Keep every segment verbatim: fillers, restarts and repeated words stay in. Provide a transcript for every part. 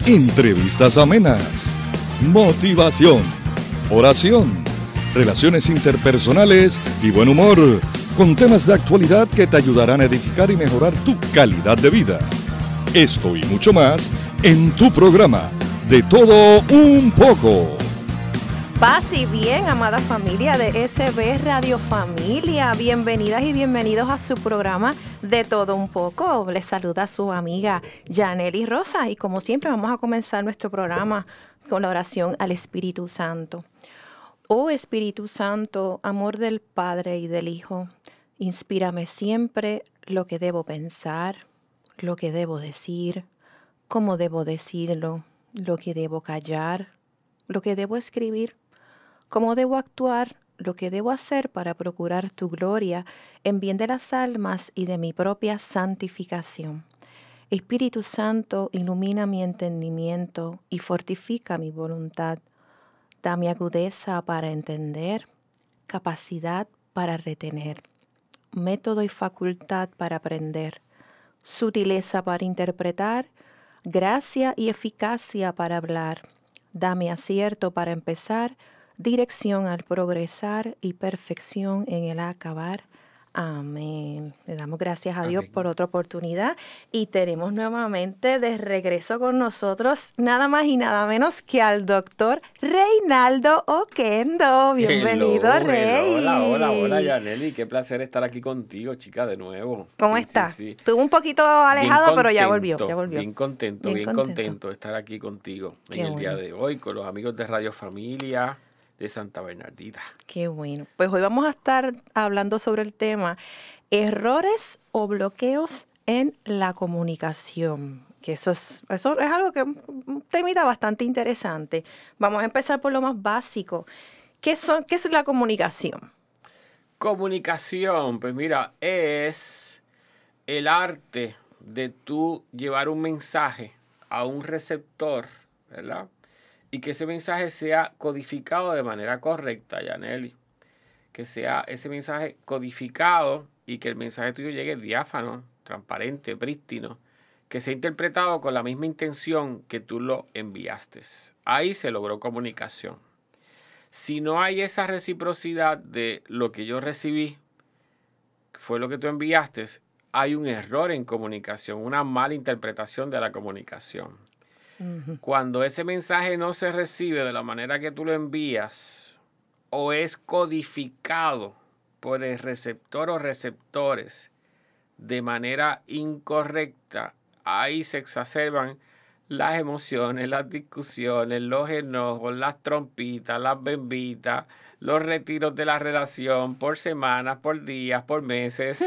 entrevistas amenas, motivación, oración, relaciones interpersonales y buen humor, con temas de actualidad que te ayudarán a edificar y mejorar tu calidad de vida. Esto y mucho más en tu programa, De Todo Un Poco. Paz y bien, amada familia de S B Radio Familia. Bienvenidas y bienvenidos a su programa De Todo Un Poco. Les saluda su amiga Yanely Rosa y como siempre vamos a comenzar nuestro programa con la oración al Espíritu Santo. Oh Espíritu Santo, amor del Padre y del Hijo, inspírame siempre lo que debo pensar, lo que debo decir, cómo debo decirlo, lo que debo callar, lo que debo escribir, cómo debo actuar, lo que debo hacer para procurar tu gloria en bien de las almas y de mi propia santificación. Espíritu Santo, ilumina mi entendimiento y fortifica mi voluntad. Dame agudeza para entender, capacidad para retener, método y facultad para aprender, sutileza para interpretar, gracia y eficacia para hablar. Dame acierto para empezar, dirección al progresar y perfección en el acabar. Amén. Le damos gracias a Dios Amén. Por otra oportunidad y tenemos nuevamente de regreso con nosotros nada más y nada menos que al doctor Reinaldo Oquendo. Bienvenido, hello, Rey. Hello, hola, hola, hola, Yanely. Qué placer estar aquí contigo, chica, de nuevo. ¿Cómo sí, estás? Sí, sí. Estuvo un poquito alejado, contento, pero ya volvió, ya volvió. Bien contento, bien, bien contento. contento de estar aquí contigo Qué en el bueno. día de hoy, con los amigos de Radio Familia de Santa Bernardita. Qué bueno. Pues hoy vamos a estar hablando sobre el tema errores o bloqueos en la comunicación. Que eso es, eso es algo que es un temita bastante interesante. Vamos a empezar por lo más básico. ¿Qué, son, qué es la comunicación? Comunicación, pues mira, es el arte de tú llevar un mensaje a un receptor, ¿verdad? Y que ese mensaje sea codificado de manera correcta, Yanely. Que sea ese mensaje codificado y que el mensaje tuyo llegue diáfano, transparente, prístino. Que sea interpretado con la misma intención que tú lo enviaste. Ahí se logró comunicación. Si no hay esa reciprocidad de lo que yo recibí, que fue lo que tú enviaste, hay un error en comunicación, una mala interpretación de la comunicación. Uh-huh. Cuando ese mensaje no se recibe de la manera que tú lo envías o es codificado por el receptor o receptores de manera incorrecta, ahí se exacerban las emociones, las discusiones, los enojos, las trompitas, las bembitas, los retiros de la relación por semanas, por días, por meses,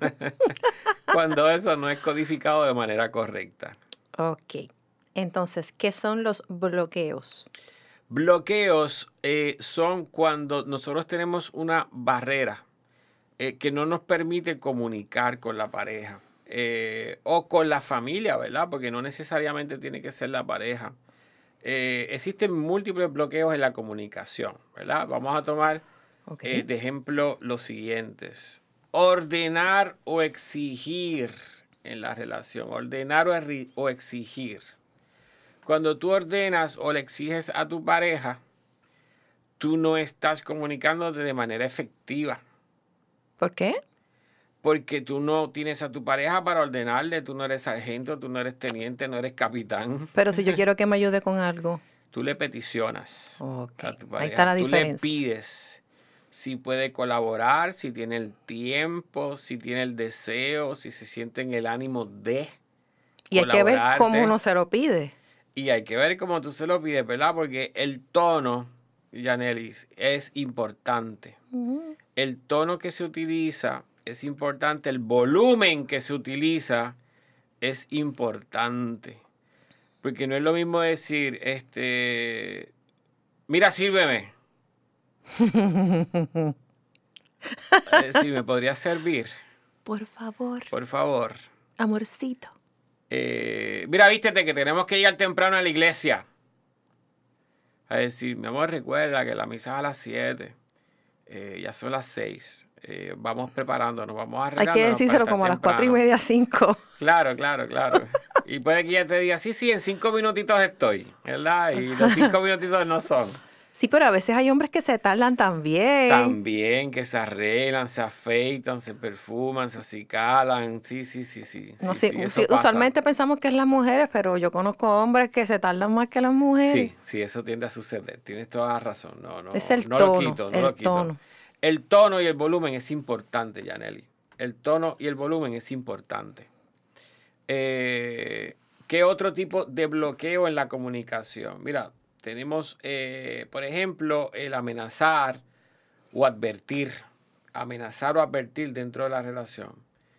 cuando eso no es codificado de manera correcta. Ok. Entonces, ¿qué son los bloqueos? Bloqueos eh, son cuando nosotros tenemos una barrera eh, que no nos permite comunicar con la pareja eh, o con la familia, ¿verdad? Porque no necesariamente tiene que ser la pareja. Eh, existen múltiples bloqueos en la comunicación, ¿verdad? Vamos a tomar okay. eh, de ejemplo los siguientes. Ordenar o exigir en la relación. Ordenar o, o exigir. Cuando tú ordenas o le exiges a tu pareja, tú no estás comunicándote de manera efectiva. ¿Por qué? Porque tú no tienes a tu pareja para ordenarle, tú no eres sargento, tú no eres teniente, no eres capitán. Pero si yo quiero que me ayude con algo. Tú le peticionas okay. a tu pareja. Ahí está la tú diferencia. le pides si puede colaborar, si tiene el tiempo, si tiene el deseo, si se siente en el ánimo de Y hay que ver cómo uno se lo pide. Y hay que ver cómo tú se lo pides, ¿verdad? Porque el tono, Yanely, es importante. Uh-huh. El tono que se utiliza es importante. El volumen que se utiliza es importante. Porque no es lo mismo decir, este, mira, sírveme. Si me podría servir. Por favor. Por favor. Amorcito. Eh, mira, vístete que tenemos que llegar temprano a la iglesia. A decir, mi amor, recuerda que la misa es a las siete. Eh, ya son las seis. Eh, vamos preparándonos, vamos arreglándonos. Hay que decírselo como a las cuatro y media, cinco. Claro, claro, claro. Y puede que ella te diga, sí, sí, en cinco minutitos estoy, ¿verdad? Y los cinco minutitos no son. Sí, pero a veces hay hombres que se tardan también. También, que se arreglan, se afeitan, se perfuman, se acicalan. Sí, sí, sí, sí. No sí, sé, sí, eso sí, pasa. usualmente pensamos que es las mujeres, pero yo conozco hombres que se tardan más que las mujeres. Sí, sí, eso tiende a suceder. Tienes toda la razón. No, no, Es el no tono, lo quito, no el lo quito. tono. El tono y el volumen es importante, Yaneli. El tono y el volumen es importante. Eh, ¿Qué otro tipo de bloqueo en la comunicación? Mira, tenemos, eh, por ejemplo, el amenazar o advertir. Amenazar o advertir dentro de la relación.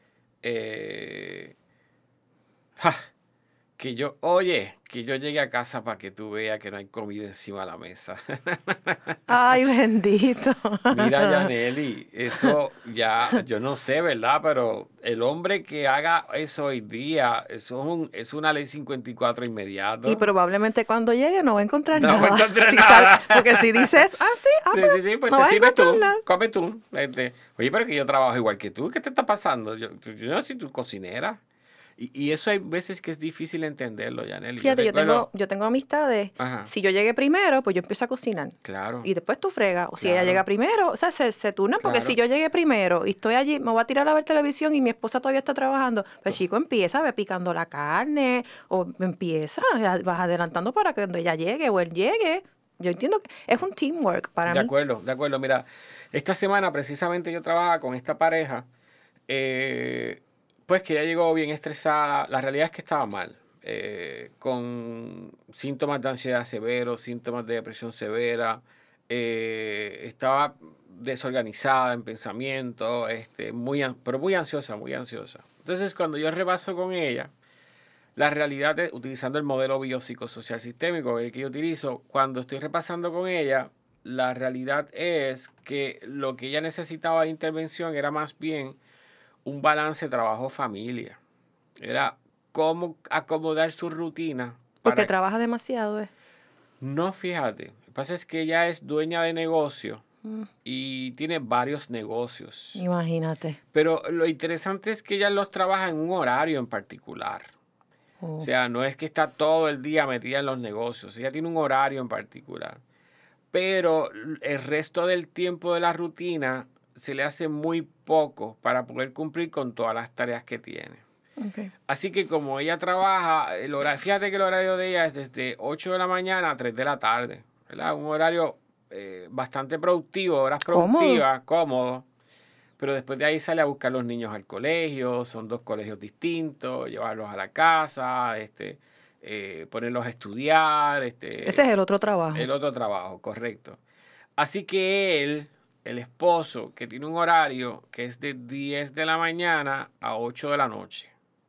Eh, ja, que yo, oye, que yo llegue a casa para que tú veas que no hay comida encima de la mesa. Ay, bendito. Mira, Yaneli, eso ya, yo no sé, ¿verdad? Pero el hombre que haga eso hoy día, eso es, un, es una ley cincuenta y cuatro inmediato. Y probablemente cuando llegue no va a encontrar No nada. va a encontrar Si nada. sal- porque si dices, ah, sí, ah, Sí, pues, sí, sí, pues no te vas a sirve encontrar tú, nada. come tú. Este, oye, pero que yo trabajo igual que tú, ¿qué te está pasando? Yo, yo no soy tu cocinera. Y, y eso hay veces que es difícil entenderlo, Yaneli. Fíjate, yo recuerdo- tengo, yo tengo amistades. Ajá. Si yo llegué primero, pues yo empiezo a cocinar. Claro. Y después tú fregas. O si ella Claro. llega primero, o sea, se, se turnan. Porque Claro. si yo llegué primero y estoy allí, me voy a tirar a ver televisión y mi esposa todavía está trabajando, pues chico, empieza, ve picando la carne, o empieza, ya vas adelantando para que cuando ella llegue o él llegue. Yo entiendo que es un teamwork para De mí. acuerdo, de acuerdo. Mira, esta semana precisamente yo trabajaba con esta pareja, eh, pues que ya llegó bien estresada. La realidad es que estaba mal, eh, con síntomas de ansiedad severos, síntomas de depresión severa, eh, estaba desorganizada en pensamiento, este, muy, an- pero muy ansiosa, muy ansiosa. Entonces, cuando yo rebaso con ella, la realidad es, utilizando el modelo biopsicosocial sistémico el que yo utilizo, cuando estoy repasando con ella, la realidad es que lo que ella necesitaba de intervención era más bien un balance trabajo-familia. Era cómo acomodar su rutina. Porque para- trabaja demasiado, ¿eh? No, fíjate. Lo que pasa es que ella es dueña de negocio Mm, y tiene varios negocios. imagínate. Pero lo interesante es que ella los trabaja en un horario en particular. Oh. O sea, no es que está todo el día metida en los negocios. Ella tiene un horario en particular. Pero el resto del tiempo de la rutina se le hace muy poco para poder cumplir con todas las tareas que tiene. Okay. Así que como ella trabaja, el horario, fíjate que el horario de ella es desde ocho de la mañana a tres de la tarde. ¿Verdad? Un horario eh, bastante productivo, horas productivas, cómodo. Pero después de ahí sale a buscar los niños al colegio, son dos colegios distintos, llevarlos a la casa, este, eh, ponerlos a estudiar. Este, Ese es el otro trabajo. el otro trabajo, correcto. Así que él, el esposo, que tiene un horario que es de diez de la mañana a ocho de la noche.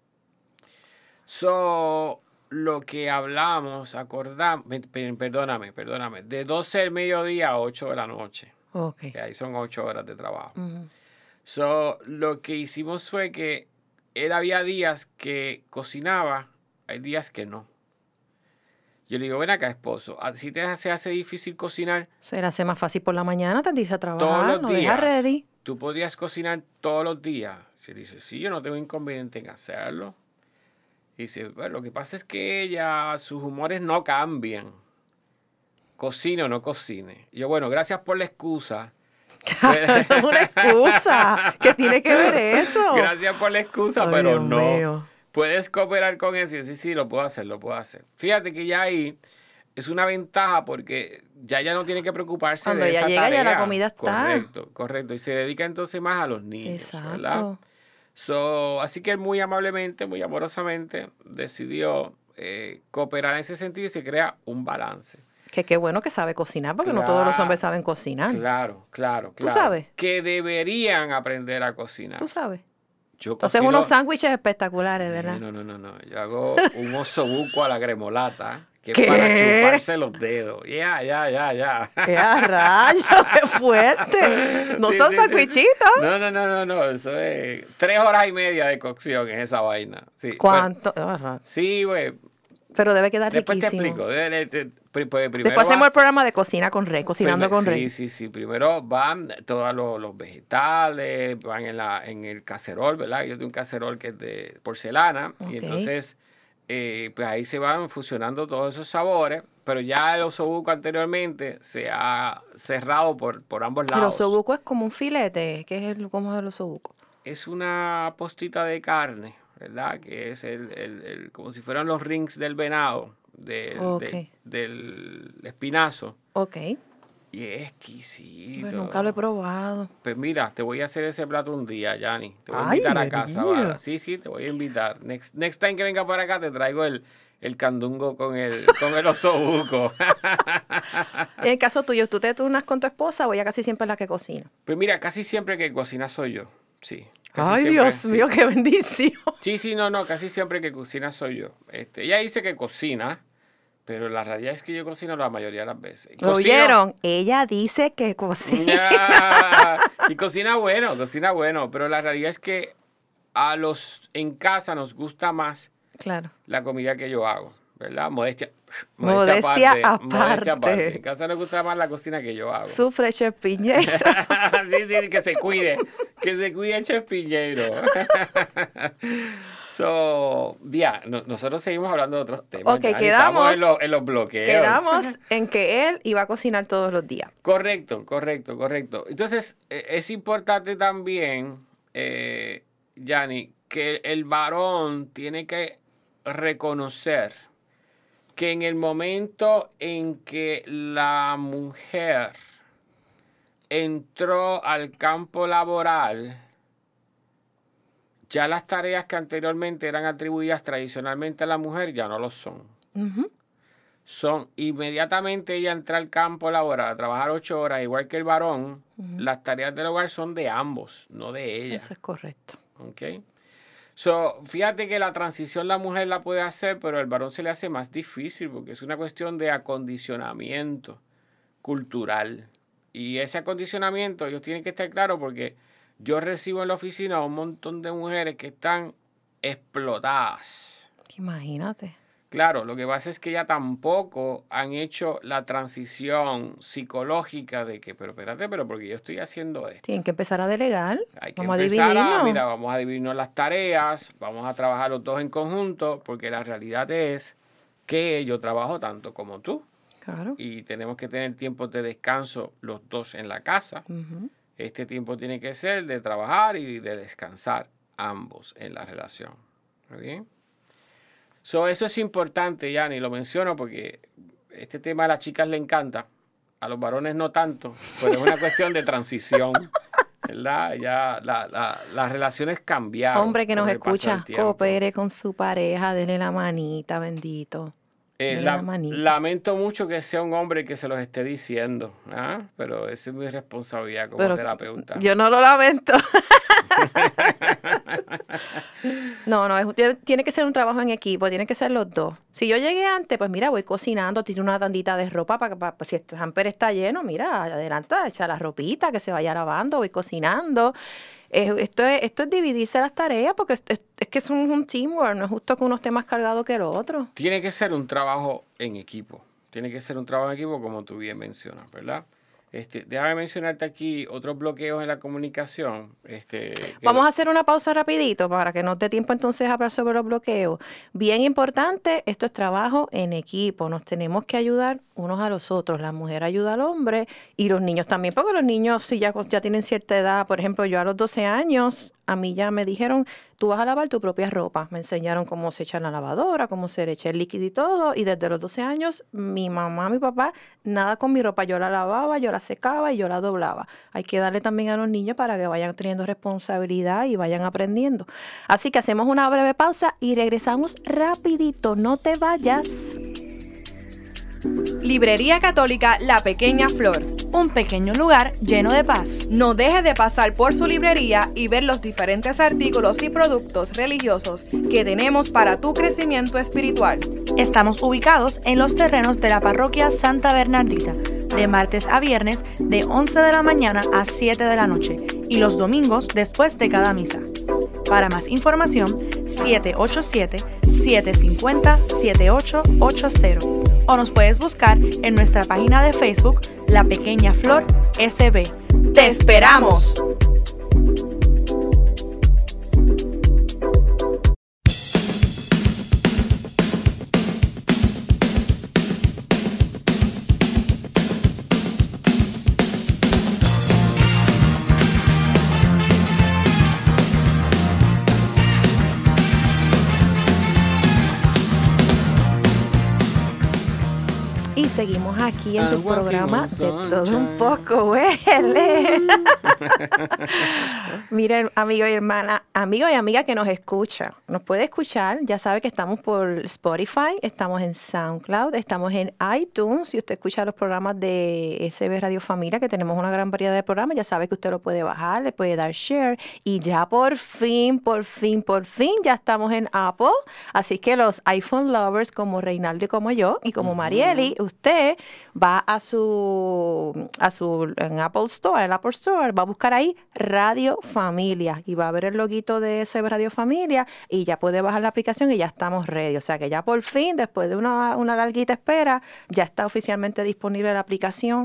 So, lo que hablamos, acordamos, perdóname, perdóname, de doce del mediodía a ocho de la noche. Okay. Que ahí son ocho horas de trabajo. Ujú. So, lo que hicimos fue que él había días que cocinaba, hay días que no. Yo le digo, ven acá, esposo, ¿así te se hace difícil cocinar Se le hace más fácil por la mañana, te dice a todos trabajar, los lo días? deja ready. ¿Tú podrías cocinar todos los días? Se dice, sí, yo no tengo inconveniente en hacerlo. Y dice, bueno, lo que pasa es que ella, sus humores no cambian. Cocine o no cocine. Y yo, bueno, gracias por la excusa. Es una excusa. ¿Qué tiene que ver eso? Gracias por la excusa, Ay, pero Dios no. mío. Puedes cooperar con eso y decir, sí, lo puedo hacer, lo puedo hacer. Fíjate que ya ahí es una ventaja porque ya ella no tiene que preocuparse Cuando de ella esa llega, ya tarea. la comida está. Correcto, correcto. Y se dedica entonces más a los niños, ¿verdad? Exacto. So, así que él muy amablemente, muy amorosamente decidió eh, cooperar en ese sentido y se crea un balance. Que qué bueno que sabe cocinar, porque no Claro. todos los hombres saben cocinar. Claro, claro, ¿Tú claro. sabes? Que deberían aprender a cocinar. Tú sabes. Yo Entonces cocino- unos sándwiches espectaculares, ¿verdad? No, no, no, no. Yo hago un osobuco a la gremolata, que es ¿Qué? para chuparse los dedos. Ya, ya, ya, ya. ¡Qué a rayos! ¡Qué fuerte! No Sí, son sí, sí, sí. sándwichitos. No, no, no, no, no. Eso es tres horas y media de cocción en esa vaina. Sí, ¿Cuánto? Ah, ra- pues, sí, güey. Pero debe quedar Después te riquísimo. explico. De- de- de- pri- pues, primero Después hacemos va- el programa de cocina con Rey, cocinando Primer- con sí, Rey. Sí, sí, Primero van todos los, los vegetales, van en, la, en el cacerol, ¿verdad? Yo tengo un cacerol que es de porcelana Ok. y entonces eh, pues ahí se van fusionando todos esos sabores, pero ya el osobuco anteriormente se ha cerrado por, por ambos lados. El osobuco es como un filete. ¿Qué es el, cómo es el osobuco? Es una postita de carne, ¿verdad? Que es el, el, el como si fueran los rings del venado, del, okay. de, del espinazo. Ok. Y es exquisito. Pues nunca lo he probado. Pues mira, te voy a hacer ese plato un día, Yanni. Te voy a Ay, invitar a casa. ¿verdad? Sí, sí, te voy a invitar. Next, next time que venga para acá te traigo el, el candungo con el, con el osobuco. En el caso tuyo, ¿tú te turnas con tu esposa o ella casi siempre es la que cocina? Pues mira, casi siempre que cocina soy yo. Sí. Casi Ay, siempre, Dios sí. mío, qué bendición. Sí, sí, no, no, casi siempre que cocina soy yo. Este, ella dice que cocina, pero la realidad es que yo cocino la mayoría de las veces. ¿Lo Cocino- oyeron? Ella dice que cocina. Ya. Y cocina bueno, cocina bueno, pero la realidad es que a los en casa nos gusta más Claro. la comida que yo hago, ¿verdad? Modestia, Modestia Modestia aparte. aparte. En casa nos gusta más la cocina que yo hago. Sufre, Chef Piñero. sí, sí, que se cuide, que se cuide el Chef Piñero. So, ya, no- nosotros seguimos hablando de otros temas. Ok, ya, quedamos- estamos en, lo- en los bloqueos. Quedamos en que él iba a cocinar todos los días. Correcto, correcto, correcto. Entonces, eh, es importante también, eh, Yanni, que el varón tiene que reconocer que en el momento en que la mujer entró al campo laboral, ya las tareas que anteriormente eran atribuidas tradicionalmente a la mujer ya no lo son. Ujú. Son inmediatamente ella entra al campo laboral a trabajar ocho horas, igual que el varón, Ujú. las tareas del hogar son de ambos, no de ella. Eso es correcto. ¿Ok? So, fíjate que la transición la mujer la puede hacer, pero el varón se le hace más difícil porque es una cuestión de acondicionamiento cultural. Y ese acondicionamiento ellos tienen que estar claros porque yo recibo en la oficina a un montón de mujeres que están explotadas. Imagínate. Claro, lo que pasa es que ya tampoco han hecho la transición psicológica de que, pero espérate, pero porque yo estoy haciendo esto. Tienen que empezar a delegar. Hay que Vamos a empezar a, dividirnos. mira, vamos a dividirnos las tareas, vamos a trabajar los dos en conjunto, porque la realidad es que yo trabajo tanto como tú Claro. y tenemos que tener tiempos de descanso los dos en la casa. Ujú. Este tiempo tiene que ser de trabajar y de descansar ambos en la relación. ¿Muy bien? So, eso es importante, Yanni, lo menciono porque este tema a las chicas le encanta, a los varones no tanto, pero es una cuestión de transición, ¿verdad? Ya la, la, las relaciones cambiaron. Hombre que nos con el paso del escucha, tiempo. coopere con su pareja, denle la manita, bendito. Eh, Dele la- la manita. lamento mucho que sea un hombre que se los esté diciendo, ¿ah? Pero esa es mi responsabilidad como Pero terapeuta. yo no lo lamento. No, no, es- tiene- tiene que ser un trabajo en equipo, tiene que ser los dos. Si yo llegué antes, pues mira, voy cocinando, tiro una tandita de ropa para que si el hamper está lleno, mira, adelanta, echa la ropita, que se vaya lavando, voy cocinando. Eh, esto, es, esto es dividirse las tareas porque es, es- es que es un, un teamwork, no es justo que uno esté más cargado que el otro. Tiene que ser un trabajo en equipo. Tiene que ser un trabajo en equipo como tú bien mencionas, ¿verdad? Este, déjame mencionarte aquí otros bloqueos en la comunicación. Este, que- Vamos a hacer una pausa rapidito para que nos dé tiempo entonces a hablar sobre los bloqueos. Bien importante, esto es trabajo en equipo. Nos tenemos que ayudar unos a los otros. La mujer ayuda al hombre y los niños también, porque los niños si ya, ya tienen cierta edad, por ejemplo, yo a los doce años, a mí ya me dijeron, tú vas a lavar tu propia ropa. Me enseñaron cómo se echa en la lavadora, cómo se le echa el líquido y todo. Y desde los doce años, mi mamá, mi papá, nada con mi ropa. Yo la lavaba, yo la secaba y yo la doblaba. Hay que darle también a los niños para que vayan teniendo responsabilidad y vayan aprendiendo. Así que hacemos una breve pausa y regresamos rapidito. No te vayas. Librería Católica La Pequeña Flor. Un pequeño lugar lleno de paz. No dejes de pasar por su librería y ver los diferentes artículos y productos religiosos que tenemos para tu crecimiento espiritual. Estamos ubicados en los terrenos de la parroquia Santa Bernardita, de martes a viernes de once de la mañana a siete de la noche y los domingos después de cada misa. Para más información, siete ocho siete, siete cinco cero, siete ocho ocho cero o nos puedes buscar en nuestra página de Facebook La Pequeña Flor S B. ¡Te esperamos! Y seguimos aquí en I'm tu walking programa on de todo un sunshine. poco, huele. Miren, amigo y hermana, amigo y amiga que nos escucha, nos puede escuchar, ya sabe que estamos por Spotify, estamos en SoundCloud, estamos en iTunes. Si usted escucha los programas de S B Radio Familia, que tenemos una gran variedad de programas, ya sabe que usted lo puede bajar, le puede dar share. Y ya por fin, por fin, por fin, ya estamos en Apple. Así que los iPhone lovers como Reinaldo y como yo, y como Marieli, usted va a su, a su en Apple Store, el Apple Store, va a buscar ahí Radio Familia y va a ver el loguito de ese Radio Familia y ya puede bajar la aplicación y ya estamos ready. O sea que ya por fin, después de una, una larguita espera, ya está oficialmente disponible la aplicación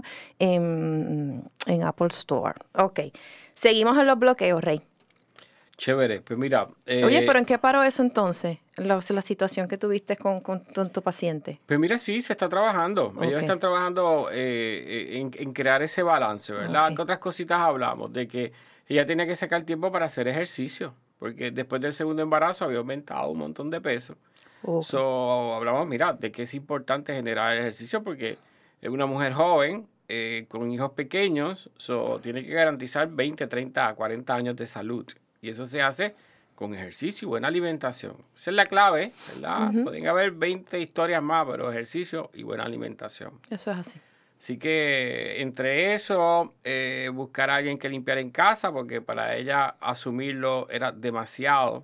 en, en Apple Store. Ok, seguimos en los bloqueos, Rey. Chévere, pues mira. Eh, Oye, pero ¿en qué paró eso entonces? La, la situación que tuviste con, con, con tu paciente. Pues mira, sí, se está trabajando. Okay. Ellos están trabajando eh, en, en crear ese balance, ¿verdad? Okay. ¿Qué otras cositas hablamos? De que ella tenía que sacar tiempo para hacer ejercicio, porque después del segundo embarazo había aumentado un montón de peso. Okay. So, hablamos, mira, de que es importante generar el ejercicio, porque es una mujer joven, eh, con hijos pequeños, so, tiene que garantizar veinte, treinta, cuarenta años de salud. Y eso se hace con ejercicio y buena alimentación. Esa es la clave, ¿verdad? Uh-huh. Pueden haber veinte historias más, pero ejercicio y buena alimentación. Eso es así. Así que entre eso, eh, buscar a alguien que limpiara en casa, porque para ella asumirlo era demasiado.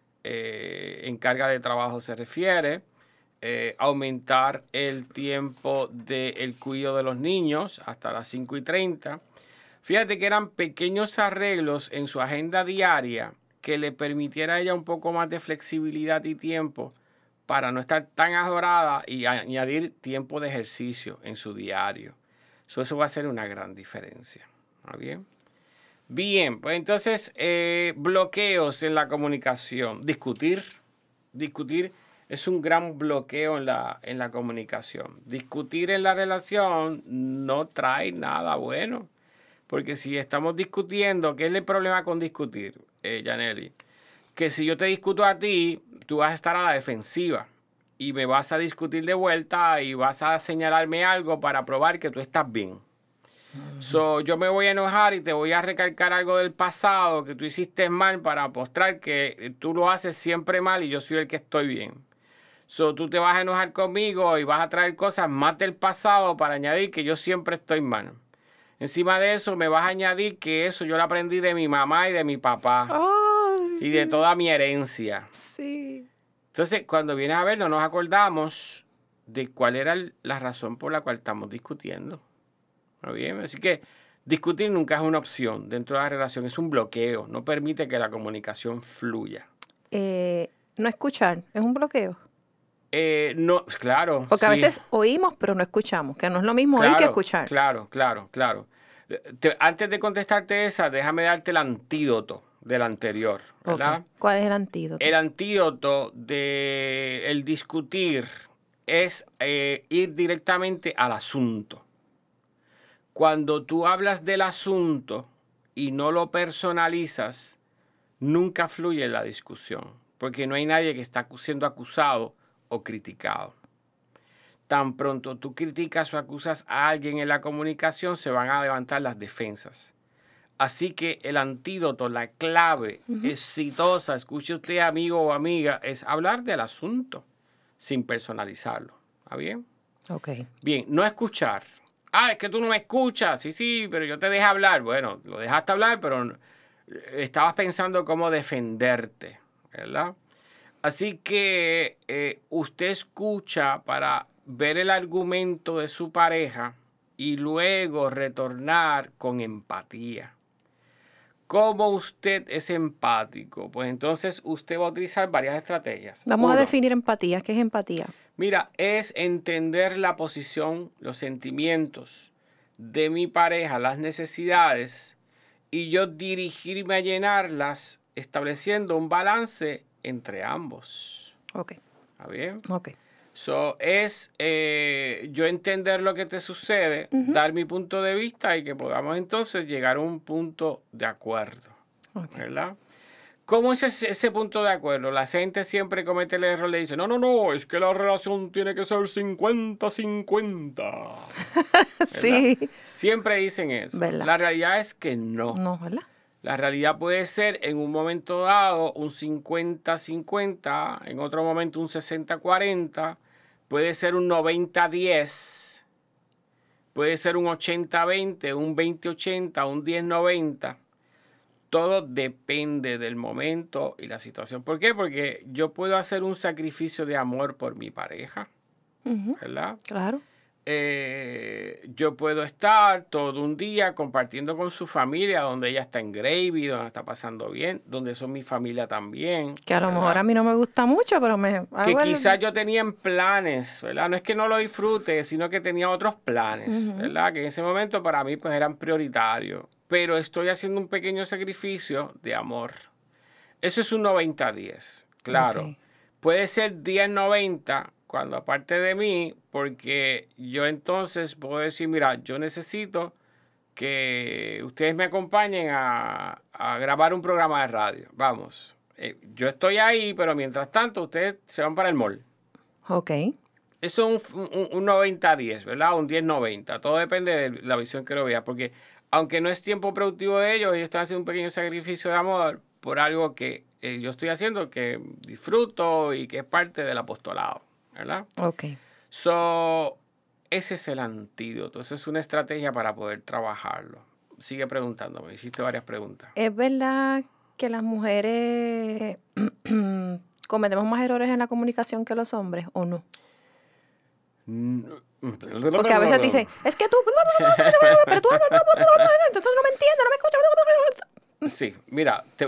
Eh, en carga de trabajo se refiere. Eh, aumentar el tiempo del cuidado de los niños hasta las cinco y treinta. Fíjate que eran pequeños arreglos en su agenda diaria que le permitiera a ella un poco más de flexibilidad y tiempo para no estar tan ajorada y añadir tiempo de ejercicio en su diario. So, eso va a ser una gran diferencia. ¿Está bien? Bien, pues entonces, eh, bloqueos en la comunicación. Discutir. Discutir es un gran bloqueo en la, en la comunicación. Discutir en la relación no trae nada bueno. Porque si estamos discutiendo, ¿qué es el problema con discutir, eh, Yaneli? Que si yo te discuto a ti, tú vas a estar a la defensiva y me vas a discutir de vuelta y vas a señalarme algo para probar que tú estás bien. Uh-huh. So, yo me voy a enojar y te voy a recalcar algo del pasado que tú hiciste mal para mostrar que tú lo haces siempre mal y yo soy el que estoy bien. So, tú te vas a enojar conmigo y vas a traer cosas más del pasado para añadir que yo siempre estoy mal. Encima de eso, me vas a añadir que eso yo lo aprendí de mi mamá y de mi papá. Ay, y de toda mi herencia. Sí. Entonces, cuando vienes a ver, no nos acordamos de cuál era la razón por la cual estamos discutiendo. ¿Está bien? Así que discutir nunca es una opción dentro de la relación. Es un bloqueo. No permite que la comunicación fluya. Eh, no escuchar. ¿Es un bloqueo? Eh, no, claro. Porque sí. a veces oímos, pero no escuchamos, que no es lo mismo claro, oír que escuchar. Claro, claro, claro. Te, antes de contestarte esa, déjame darte el antídoto del anterior, ¿verdad? Okay. ¿Cuál es el antídoto? El antídoto de el discutir es eh, ir directamente al asunto. Cuando tú hablas del asunto y no lo personalizas, nunca fluye la discusión, porque no hay nadie que está siendo acusado o criticado. Tan pronto tú criticas o acusas a alguien en la comunicación, se van a levantar las defensas. Así que el antídoto, la clave uh-huh. exitosa, escuche usted, amigo o amiga, es hablar del asunto sin personalizarlo. ¿Está bien? Ok. Bien, no escuchar. Ah, es que tú no me escuchas. Sí, sí, pero yo te dejé hablar. Bueno, lo dejaste hablar, pero estabas pensando cómo defenderte, ¿verdad? Así que eh, usted escucha para ver el argumento de su pareja y luego retornar con empatía. ¿Cómo usted es empático? Pues entonces usted va a utilizar varias estrategias. Vamos Uno, a definir empatía. ¿Qué es empatía? Mira, es entender la posición, los sentimientos de mi pareja, las necesidades, y yo dirigirme a llenarlas, estableciendo un balance entre ambos. Ok. ¿Está bien? Ok. So, es eh, yo entender lo que te sucede, uh-huh. dar mi punto de vista y que podamos entonces llegar a un punto de acuerdo. Okay. ¿Verdad? ¿Cómo es ese, ese punto de acuerdo? La gente siempre comete el error, le dice, no, no, no, es que la relación tiene que ser cincuenta cincuenta. Sí. Siempre dicen eso. ¿Verdad? La realidad es que no. No, ¿verdad? La realidad puede ser en un momento dado un cincuenta cincuenta, en otro momento un sesenta cuarenta, puede ser un noventa diez, puede ser un ochenta veinte, un veinte ochenta, un diez noventa. Todo depende del momento y la situación. ¿Por qué? Porque yo puedo hacer un sacrificio de amor por mi pareja, Ujú, ¿verdad? claro. Eh, yo puedo estar todo un día compartiendo con su familia, donde ella está en Gravy, donde está pasando bien, donde son mi familia también. Que a lo ¿verdad? mejor a mí no me gusta mucho, pero me... Que hago el- quizás yo tenía en planes, ¿verdad? No es que no lo disfrute, sino que tenía otros planes, Ujú. ¿verdad? Que en ese momento para mí pues eran prioritarios. Pero estoy haciendo un pequeño sacrificio de amor. Eso es un noventa diez, claro. Ok. Puede ser diez noventa cuando aparte de mí, porque yo entonces puedo decir, mira, yo necesito que ustedes me acompañen a, a grabar un programa de radio. Vamos, eh, yo estoy ahí, pero mientras tanto ustedes se van para el mall. Ok. Eso es un, un, un noventa diez, ¿verdad? Un diez noventa. Todo depende de la visión que lo vea, porque aunque no es tiempo productivo de ellos, ellos están haciendo un pequeño sacrificio de amor por algo que eh, yo estoy haciendo, que disfruto y que es parte del apostolado, ¿verdad? Ok. So, ese es el antídoto. Esa es una estrategia para poder trabajarlo. Sigue preguntándome. Hiciste varias preguntas. ¿Es verdad que las mujeres cometemos más errores en la comunicación que los hombres o no? Porque a veces dicen, es que tú, pero tú hablas, entonces no me entiendes, no me escuchas. Sí, mira, te-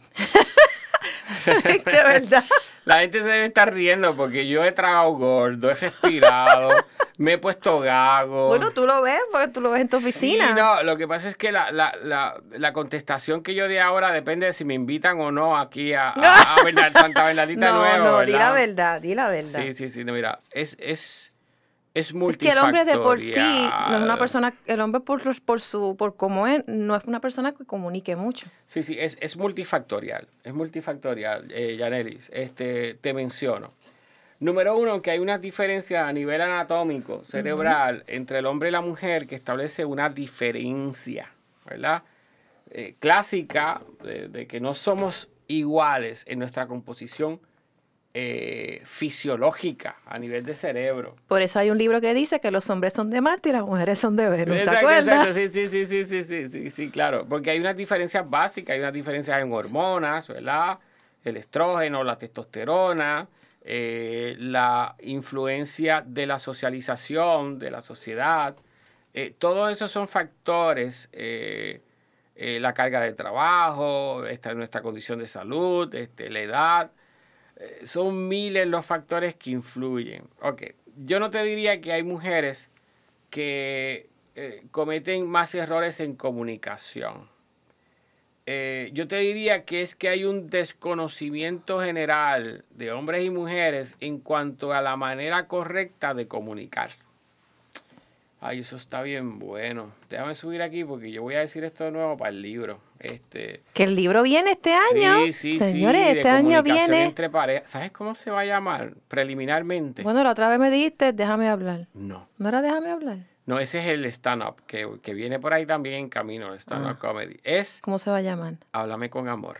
De verdad. la gente se debe estar riendo porque yo he tragado gordo, he respirado, me he puesto gago. Bueno, tú lo ves, porque tú lo ves en tu oficina. Sí, no, lo que pasa es que la, la, la, la contestación que yo dé ahora depende de si me invitan o no aquí a, a, a Bernal- Santa Bernardita no, Nuevo, no, di la ¿verdad? verdad, di la verdad. Sí, sí, sí, no, mira, es, es, es Es multifactorial. que el hombre de por sí no es una persona, el hombre por, por su, por cómo es, no es una persona que comunique mucho. Sí, sí, es, es multifactorial, es multifactorial, eh, Yanelis. Este, te menciono. Número uno, que hay una diferencia a nivel anatómico, cerebral, entre el hombre y la mujer que establece una diferencia, ¿verdad? Eh, clásica de, de que no somos iguales en nuestra composición eh, fisiológica a nivel de cerebro. Por eso hay un libro que dice que los hombres son de Marte y las mujeres son de Venus, ¿te Exacto, acuerdas? exacto, sí, sí, sí, sí, sí, sí, sí, sí, claro, porque hay unas diferencias básicas, hay unas diferencias en hormonas, ¿verdad? El estrógeno, la testosterona, eh, la influencia de la socialización, de la sociedad, eh, todos esos son factores, eh, eh, la carga de trabajo, esta, nuestra condición de salud, este, la edad, eh, son miles los factores que influyen. Ok, yo no te diría que hay mujeres que eh, cometen más errores en comunicación. Eh, yo te diría que es que hay un desconocimiento general de hombres y mujeres en cuanto a la manera correcta de comunicar. Ay, eso está bien bueno. Déjame subir aquí porque yo voy a decir esto de nuevo para el libro. Este, Que el libro viene este año. sí, sí, Señores, sí, de este año comunicación viene. entre parejas. ¿Sabes cómo se va a llamar preliminarmente? Bueno, la otra vez me dijiste, déjame hablar. No. ¿No era déjame hablar? No, ese es el stand-up, que, que viene por ahí también en camino, el stand-up Ah. comedy. Es ¿Cómo se va a llamar? Háblame con amor.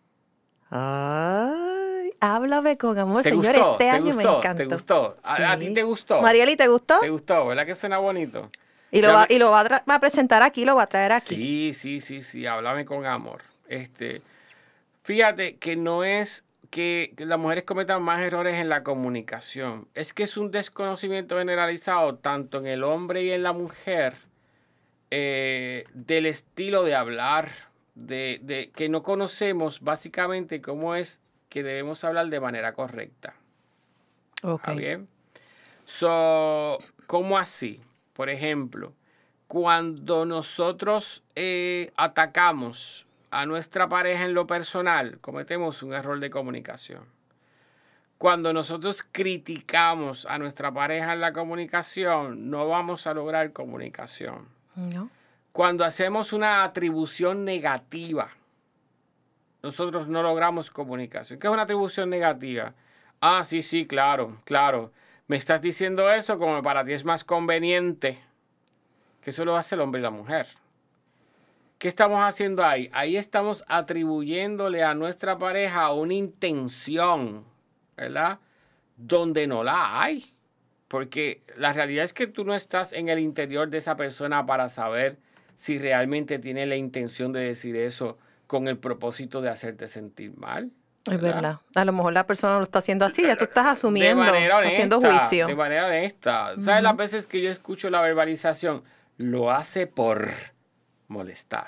Ay, háblame con amor, ¿Te señores. gustó? Este ¿Te año gustó? me encantó. ¿Te gustó? ¿A, a ti Sí. te gustó? Marieli, ¿te gustó? ¿Te gustó? ¿Verdad que suena bonito? Y lo, va, Déjame- y lo va, a tra- va a presentar aquí, lo va a traer aquí. Sí, sí, sí, sí, háblame con amor. Este, fíjate que no es que, que las mujeres cometan más errores en la comunicación. Es que es un desconocimiento generalizado tanto en el hombre y en la mujer eh, del estilo de hablar, de, de que no conocemos básicamente cómo es que debemos hablar de manera correcta. Ok. ¿Está bien? So, ¿cómo así? Por ejemplo, cuando nosotros eh, atacamos a nuestra pareja en lo personal, cometemos un error de comunicación. Cuando nosotros criticamos a nuestra pareja en la comunicación, no vamos a lograr comunicación. No. Cuando hacemos una atribución negativa nosotros no logramos comunicación. ¿Qué es una atribución negativa? Ah, sí, sí, claro, claro. Me estás diciendo eso como para ti es más conveniente. Que eso lo hace el hombre y la mujer. ¿Qué estamos haciendo ahí? Ahí estamos atribuyéndole a nuestra pareja una intención, ¿verdad? Donde no la hay. Porque la realidad es que tú no estás en el interior de esa persona para saber si realmente tiene la intención de decir eso con el propósito de hacerte sentir mal. ¿Verdad? Es verdad. A lo mejor la persona lo está haciendo así, ya tú estás asumiendo, de manera honesta, haciendo juicio. De manera honesta. ¿Sabes uh-huh. las veces que yo escucho la verbalización? Lo hace por molestar.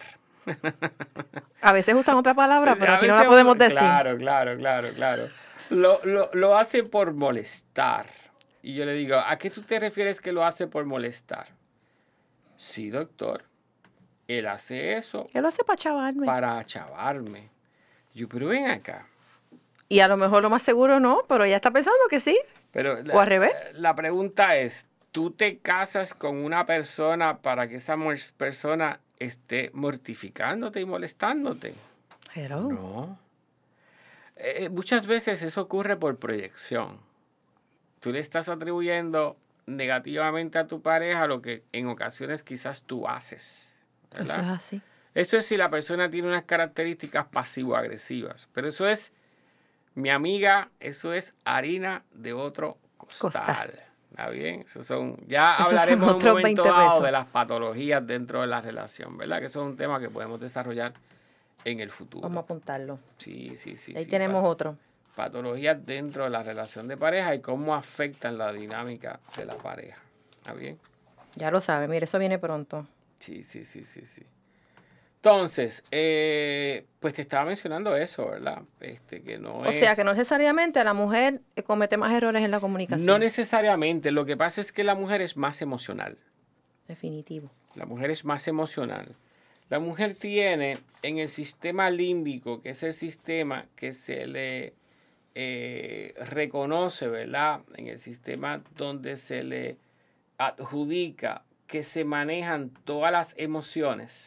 A veces usan otra palabra, pero aquí no la podemos decir. Claro, claro, claro, claro. Lo, lo, lo hace por molestar. Y yo le digo, ¿a qué tú te refieres que lo hace por molestar? Sí, doctor. Él hace eso. Él lo hace para chavarme. Para chavarme. Yo, pero ven acá. Y a lo mejor lo más seguro no, pero ella está pensando que sí. Pero o al revés. La pregunta es, ¿tú te casas con una persona para que esa persona esté mortificándote y molestándote? Pero... No. Eh, muchas veces eso ocurre por proyección. Tú le estás atribuyendo negativamente a tu pareja lo que en ocasiones quizás tú haces, ¿verdad? Eso es así. Eso es si la persona tiene unas características pasivo-agresivas. Pero eso es, mi amiga, eso es harina de otro costal. costal. ¿Está bien? Eso son, ya Esos hablaremos en un momento dado de las patologías dentro de la relación, ¿verdad? Que eso es un tema que podemos desarrollar en el futuro. Vamos a apuntarlo. Sí, sí, sí. Ahí sí, tenemos pat- otro. Patologías dentro de la relación de pareja y cómo afectan la dinámica de la pareja. ¿Está bien? Ya lo sabe, mire, eso viene pronto. Sí, sí, sí, sí, sí. Entonces, eh, pues te estaba mencionando eso, ¿verdad? Este, que no o es... sea, que no necesariamente la mujer comete más errores en la comunicación. No necesariamente. Lo que pasa es que la mujer es más emocional. Definitivo. La mujer es más emocional. La mujer tiene en el sistema límbico, que es el sistema que se le eh, reconoce, ¿verdad? En el sistema donde se le adjudica que se manejan todas las emociones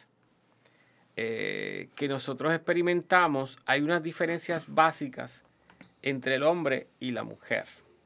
eh, que nosotros experimentamos, hay unas diferencias básicas entre el hombre y la mujer.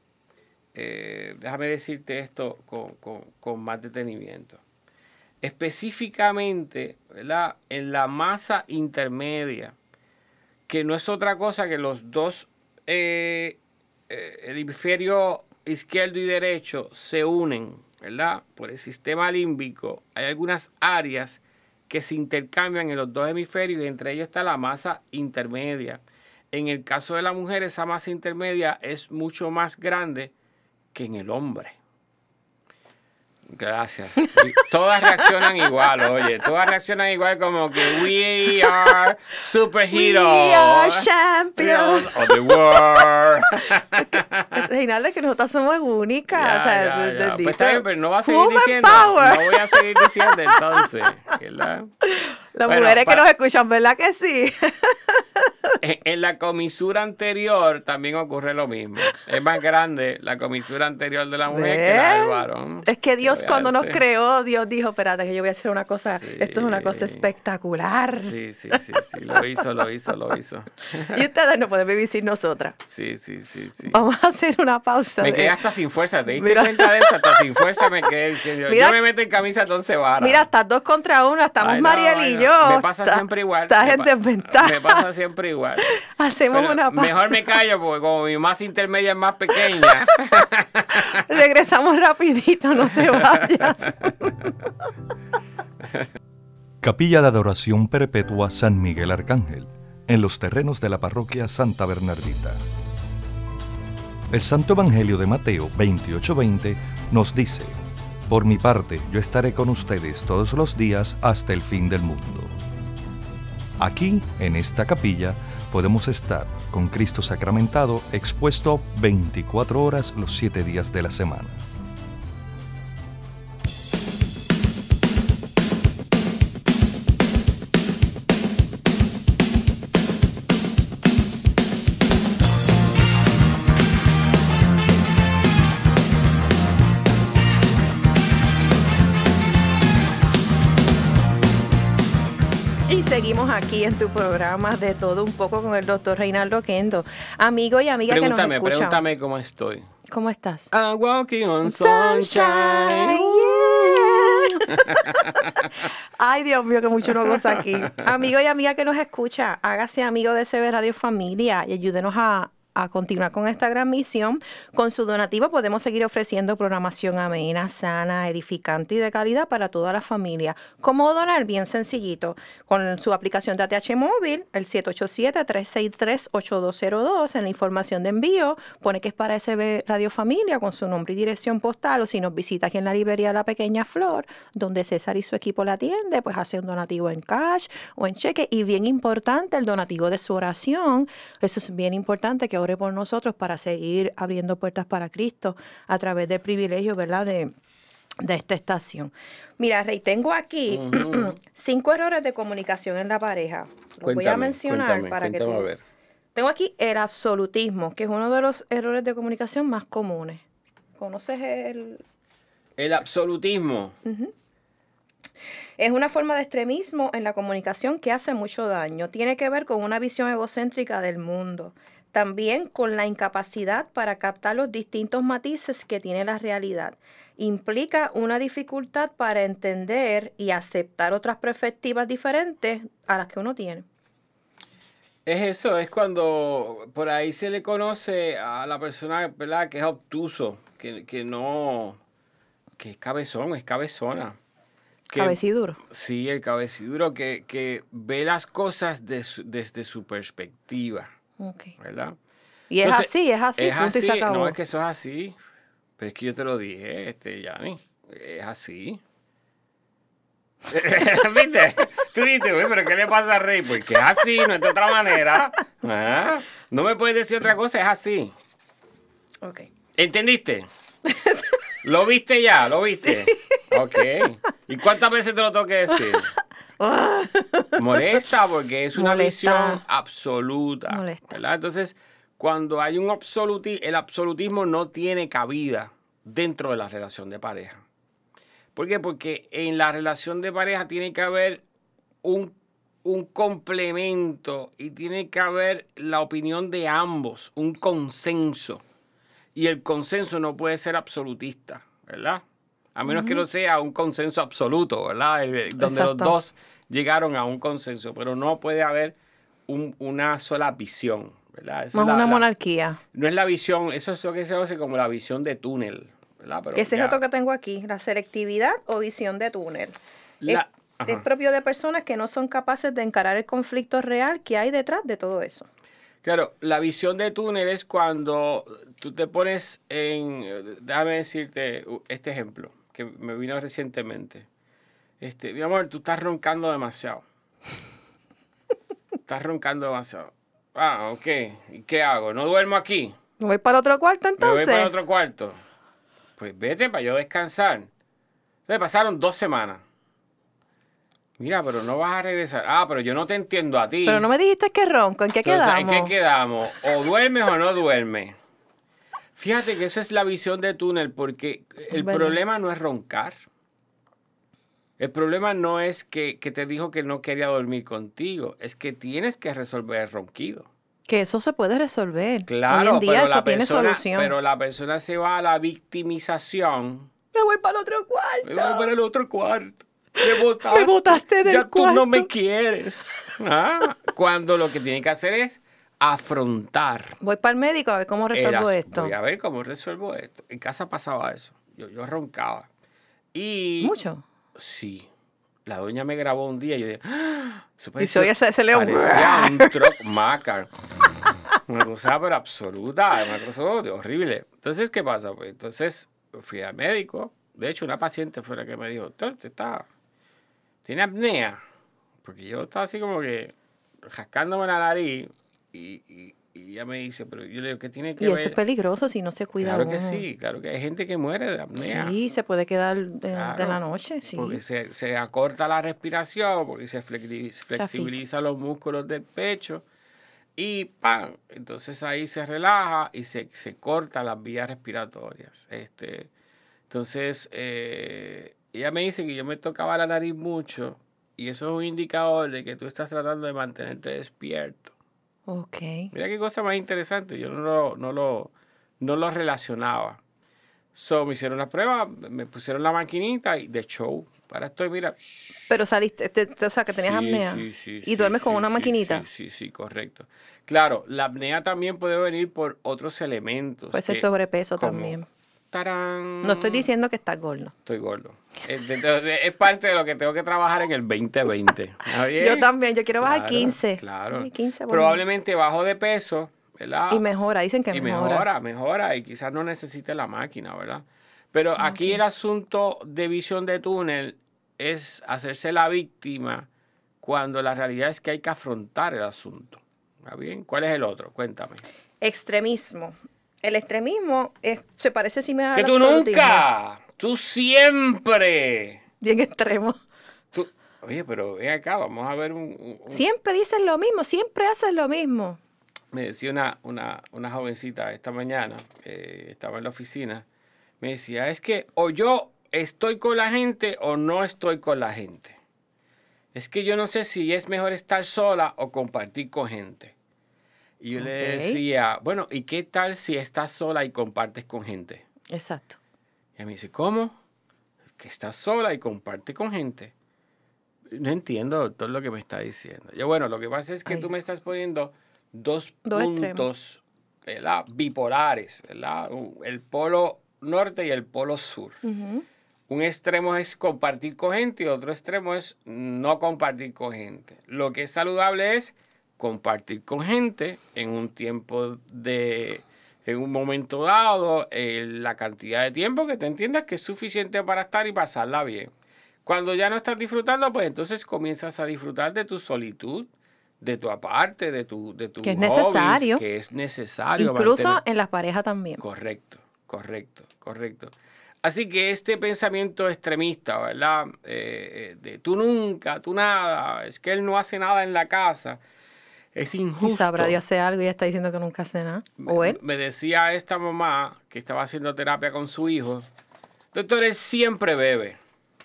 Eh, déjame decirte esto con, con, con más detenimiento. Específicamente, ¿verdad? En la masa intermedia, que no es otra cosa que los dos, eh, eh, el hemisferio izquierdo y derecho se unen, ¿verdad? Por el sistema límbico. Hay algunas áreas que se intercambian en los dos hemisferios y entre ellos está la masa intermedia. En el caso de la mujer, esa masa intermedia es mucho más grande que en el hombre. Gracias. Todas reaccionan igual, oye. Todas reaccionan igual como que we are superheroes. We are champions of the world. Reinaldo, que nosotras somos únicas. Ya, o sea, ya, ya. Pues está bien, pero no va a seguir Woman diciendo. power. No voy a seguir diciendo entonces. ¿Verdad? Las Bueno, mujeres para, que nos escuchan, ¿verdad que sí? En, en la comisura anterior también ocurre lo mismo. Es más grande la comisura anterior de la mujer ¿Ves? que la del varón. Es que Dios cuando nos decir. creó, Dios dijo, espérate que yo voy a hacer una cosa, Sí. esto es una cosa espectacular. Sí, sí, sí, sí, lo hizo, lo hizo, lo hizo. Y ustedes no pueden vivir sin nosotras. Sí, sí, sí, sí. Vamos a hacer una pausa. Me de- quedé hasta sin fuerza, ¿te diste Mira. cuenta de eso? Hasta sin fuerza me quedé diciendo, Mira. yo me meto en camisa de once varas. Mira, estás dos contra uno, estamos Ay, no, Mariel ay, y no. yo. Me pasa Está- siempre igual. Estás Me en pa- desventaja. Me pasa siempre igual. Hacemos Pero una pausa. mejor me callo porque como mi masa intermedia es más pequeña. Regresamos rapidito, no te vayas. Capilla de Adoración Perpetua San Miguel Arcángel, en los terrenos de la parroquia Santa Bernardita. El Santo Evangelio de Mateo veintiocho veinte nos dice: por mi parte, yo estaré con ustedes todos los días hasta el fin del mundo. Aquí, en esta capilla, podemos estar con Cristo sacramentado expuesto veinticuatro horas los siete días de la semana. seguimos aquí en tu programa De Todo Un Poco con el doctor Reinaldo Oquendo. Amigo y amiga que nos escuchan. Pregúntame, pregúntame cómo estoy. ¿Cómo estás? I'm walking on sunshine. Sunshine, yeah. Ay, Dios mío, que mucho nos goza aquí. Amigo y amiga que nos escucha, hágase amigo de S B Radio Familia y ayúdenos a, a continuar con esta gran misión. Con su donativo podemos seguir ofreciendo programación amena, sana, edificante y de calidad para toda la familia. ¿Cómo donar? Bien sencillito. Con su aplicación de A T H móvil, el siete ocho siete, tres seis tres, ocho dos cero dos, en la información de envío, pone que es para S B Radio Familia con su nombre y dirección postal, o si nos visita aquí en la librería La Pequeña Flor, donde César y su equipo la atiende, pues hace un donativo en cash o en cheque. Y bien importante, el donativo de su oración. Eso es bien importante, que ore por nosotros para seguir abriendo puertas para Cristo a través del privilegio, ¿verdad?, de, de esta estación. Mira, Rey, tengo aquí uh-huh. cinco errores de comunicación en la pareja. Los voy a mencionar cuéntame, para cuéntame que tú... a ver. Tengo aquí el absolutismo, que es uno de los errores de comunicación más comunes. ¿Conoces el...? El absolutismo. Uh-huh. Es una forma de extremismo en la comunicación que hace mucho daño. Tiene que ver con una visión egocéntrica del mundo. También con la incapacidad para captar los distintos matices que tiene la realidad. Implica una dificultad para entender y aceptar otras perspectivas diferentes a las que uno tiene. Es eso, es cuando por ahí se le conoce a la persona, ¿verdad?, que es obtuso, que, que no, que es cabezón, es cabezona. Que, cabeciduro. Sí, el cabeciduro, que, que ve las cosas de su, desde su perspectiva. Okay. ¿Verdad? Y es Entonces, así, es así. Es punto así, y se acabó. no es que eso es así. Pero es que yo te lo dije, este, Yanni. Es así. ¿Viste? Tú dices, güey, pero ¿qué le pasa a Rey? Porque es así, no es de otra manera. ¿Ah? No me puedes decir otra cosa, es así. Ok. ¿Entendiste? ¿Lo viste ya? ¿Lo viste? Sí. Ok. ¿Y cuántas veces te lo tengo que decir? Molesta porque es una Molesta. visión absoluta. Molesta. ¿Verdad? Entonces, cuando hay un absolutismo, el absolutismo no tiene cabida dentro de la relación de pareja. ¿Por qué? Porque en la relación de pareja tiene que haber un, un complemento y tiene que haber la opinión de ambos, un consenso. Y el consenso no puede ser absolutista, ¿verdad? A menos uh-huh. que no sea un consenso absoluto, ¿verdad? Donde Exacto. los dos llegaron a un consenso, pero no puede haber un, una sola visión, ¿verdad? Esa no es la, una la, monarquía. No es la visión, eso es lo que se conoce como la visión de túnel, ¿verdad? Pero ese ya. es otro que tengo aquí, la selectividad o visión de túnel. La, es, es propio de personas que no son capaces de encarar el conflicto real que hay detrás de todo eso. Claro, la visión de túnel es cuando tú te pones en, déjame decirte este ejemplo que me vino recientemente. Este, mi amor, tú estás roncando demasiado. Estás roncando demasiado. Ah, ok. ¿Y qué hago? ¿No duermo aquí? ¿Me voy para el otro cuarto entonces? Me voy para el otro cuarto. Pues vete para yo descansar. Entonces pasaron dos semanas. Mira, pero no vas a regresar. Ah, pero yo no te entiendo a ti. Pero no me dijiste que ronco. ¿En qué quedamos? Entonces, ¿en qué quedamos? ¿O duermes o no duermes? Fíjate que esa es la visión de túnel, porque el bueno. problema no es roncar. El problema no es que, que te dijo que no quería dormir contigo. Es que tienes que resolver el ronquido. Que eso se puede resolver. Claro, hoy en día pero, eso la tiene persona, solución. pero la persona se va a la victimización. Me voy para el otro cuarto. Me voy para el otro cuarto. Me botaste, me botaste del ya cuarto. Tú no me quieres. ¿Ah? Cuando lo que tiene que hacer es afrontar. Voy para el médico a ver cómo resuelvo Era, esto. Voy a ver cómo resuelvo esto. En casa pasaba eso. Yo, yo roncaba. Y ¿Mucho? Sí. La doña me grabó un día y yo dije, ¡ah! Y se oye ese león. Parecía un truck macar. Una cosa pero absoluta, una cosa horrible. Entonces, ¿qué pasa? Pues entonces fui al médico. De hecho, una paciente fue la que me dijo, doctor, usted está, tiene apnea. Porque yo estaba así como que rascándome la nariz y, y, y ella me dice, pero yo le digo, ¿qué tiene que y ver? Y eso es peligroso si no se cuida Claro uno. que sí, claro que hay gente que muere de apnea. Sí, se puede quedar de, claro, de la noche, sí. Porque se, se acorta la respiración, porque se flexibiliza los músculos del pecho y ¡pam! Entonces ahí se relaja y se, se corta las vías respiratorias. Este, entonces, eh, ella me dice que yo me tocaba la nariz mucho Y eso es un indicador de que tú estás tratando de mantenerte despierto. Ok. Mira qué cosa más interesante. Yo no lo, no lo, no lo relacionaba. So, me hicieron la prueba, me pusieron la maquinita y de show. Ahora estoy, mira. Pero saliste, te, te, o sea, que tenías Sí, apnea. sí, sí, y sí, duermes con sí, una sí, maquinita. Sí, sí, sí, correcto. Claro, la apnea también puede venir por otros elementos. Puede ser que- sobrepeso como- también. ¡Tarán! No estoy diciendo que estás gordo. Estoy gordo. Es, de- de- es parte de lo que tengo que trabajar en el veinte veinte. ¿Está bien? Yo también, yo quiero bajar Claro, quince. Claro. Sí, quince por Probablemente bajo de peso, ¿verdad? Y mejora, dicen que y mejora. mejora, mejora, y quizás no necesite la máquina, ¿verdad? Pero aquí el asunto de visión de túnel es hacerse la víctima cuando la realidad es que hay que afrontar el asunto. ¿Está bien? ¿Cuál es el otro? Cuéntame. Extremismo. El extremismo es, se parece similar ¡Que al tú absolutismo. nunca! ¡Tú siempre! Bien extremo. Tú- Oye, pero ven acá, vamos a ver un... un- un- Siempre dicen lo mismo, siempre hacen lo mismo. Me decía una, una, una jovencita esta mañana, eh, estaba en la oficina, me decía, es que o yo estoy con la gente o no estoy con la gente. Es que yo no sé si es mejor estar sola o compartir con gente. Y yo le Ok. decía, bueno, ¿y qué tal si estás sola y compartes con gente? Exacto. Y ella me dice, ¿cómo? Que estás sola y comparte con gente. No entiendo, doctor, lo que me está diciendo. Yo, bueno, lo que pasa es que Ay. tú me estás poniendo dos, Dos puntos, ¿verdad? Bipolares, ¿verdad? Un- El polo norte y el polo sur. Ujú. Un extremo es compartir con gente y otro extremo es no compartir con gente. Lo que es saludable es compartir con gente en un tiempo de, en un momento dado, eh, la cantidad de tiempo que te entiendas que es suficiente para estar y pasarla bien. Cuando ya no estás disfrutando, pues entonces comienzas a disfrutar de tu solitud, de tu aparte, de tu, de tu Que es hobbies, necesario. que es necesario. Incluso mantener- en las parejas también. Correcto, correcto, correcto. Así que este pensamiento extremista, ¿verdad? Eh, de tú nunca, tú nada, es que él no hace nada en la casa, es injusto. Y sabrá Dios hace algo y ella está diciendo que nunca hace nada. O él. Me decía esta mamá que estaba haciendo terapia con su hijo, doctor, él siempre bebe.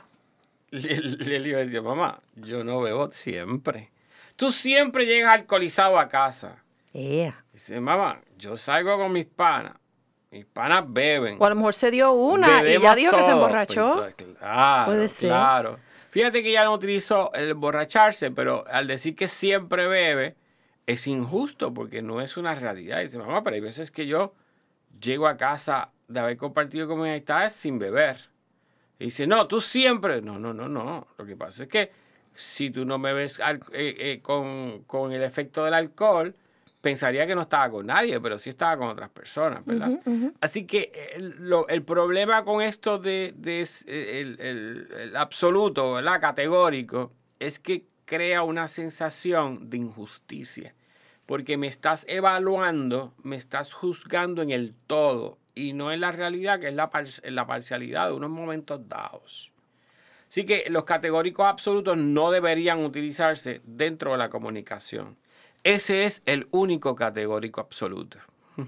Le, le, le iba a decir, mamá, yo no bebo siempre. Tú siempre llegas alcoholizado a casa. Yeah. Dice, mamá, yo salgo con mis panas. Mis panas beben. O a lo mejor se dio una y Bebemos ya dijo que se todo. emborrachó. Pues, claro, Puede ser. claro. Fíjate que ya no utilizó el emborracharse, pero al decir que siempre bebe, es injusto porque no es una realidad. Dice, mamá, pero hay veces que yo llego a casa de haber compartido con mis amistades sin beber. Y dice, no, tú siempre. No, no, no, no. Lo que pasa es que si tú no me ves al- eh, eh, con, con el efecto del alcohol, pensaría que no estaba con nadie, pero sí estaba con otras personas, ¿verdad? Ujú, ujú. Así que el, lo- el problema con esto de, de s- el, el- el absoluto, ¿verdad? Categórico, es que crea una sensación de injusticia. Porque me estás evaluando, me estás juzgando en el todo y no en la realidad, que es la, par- en la parcialidad de unos momentos dados. Así que los categóricos absolutos no deberían utilizarse dentro de la comunicación. Ese es el único categórico absoluto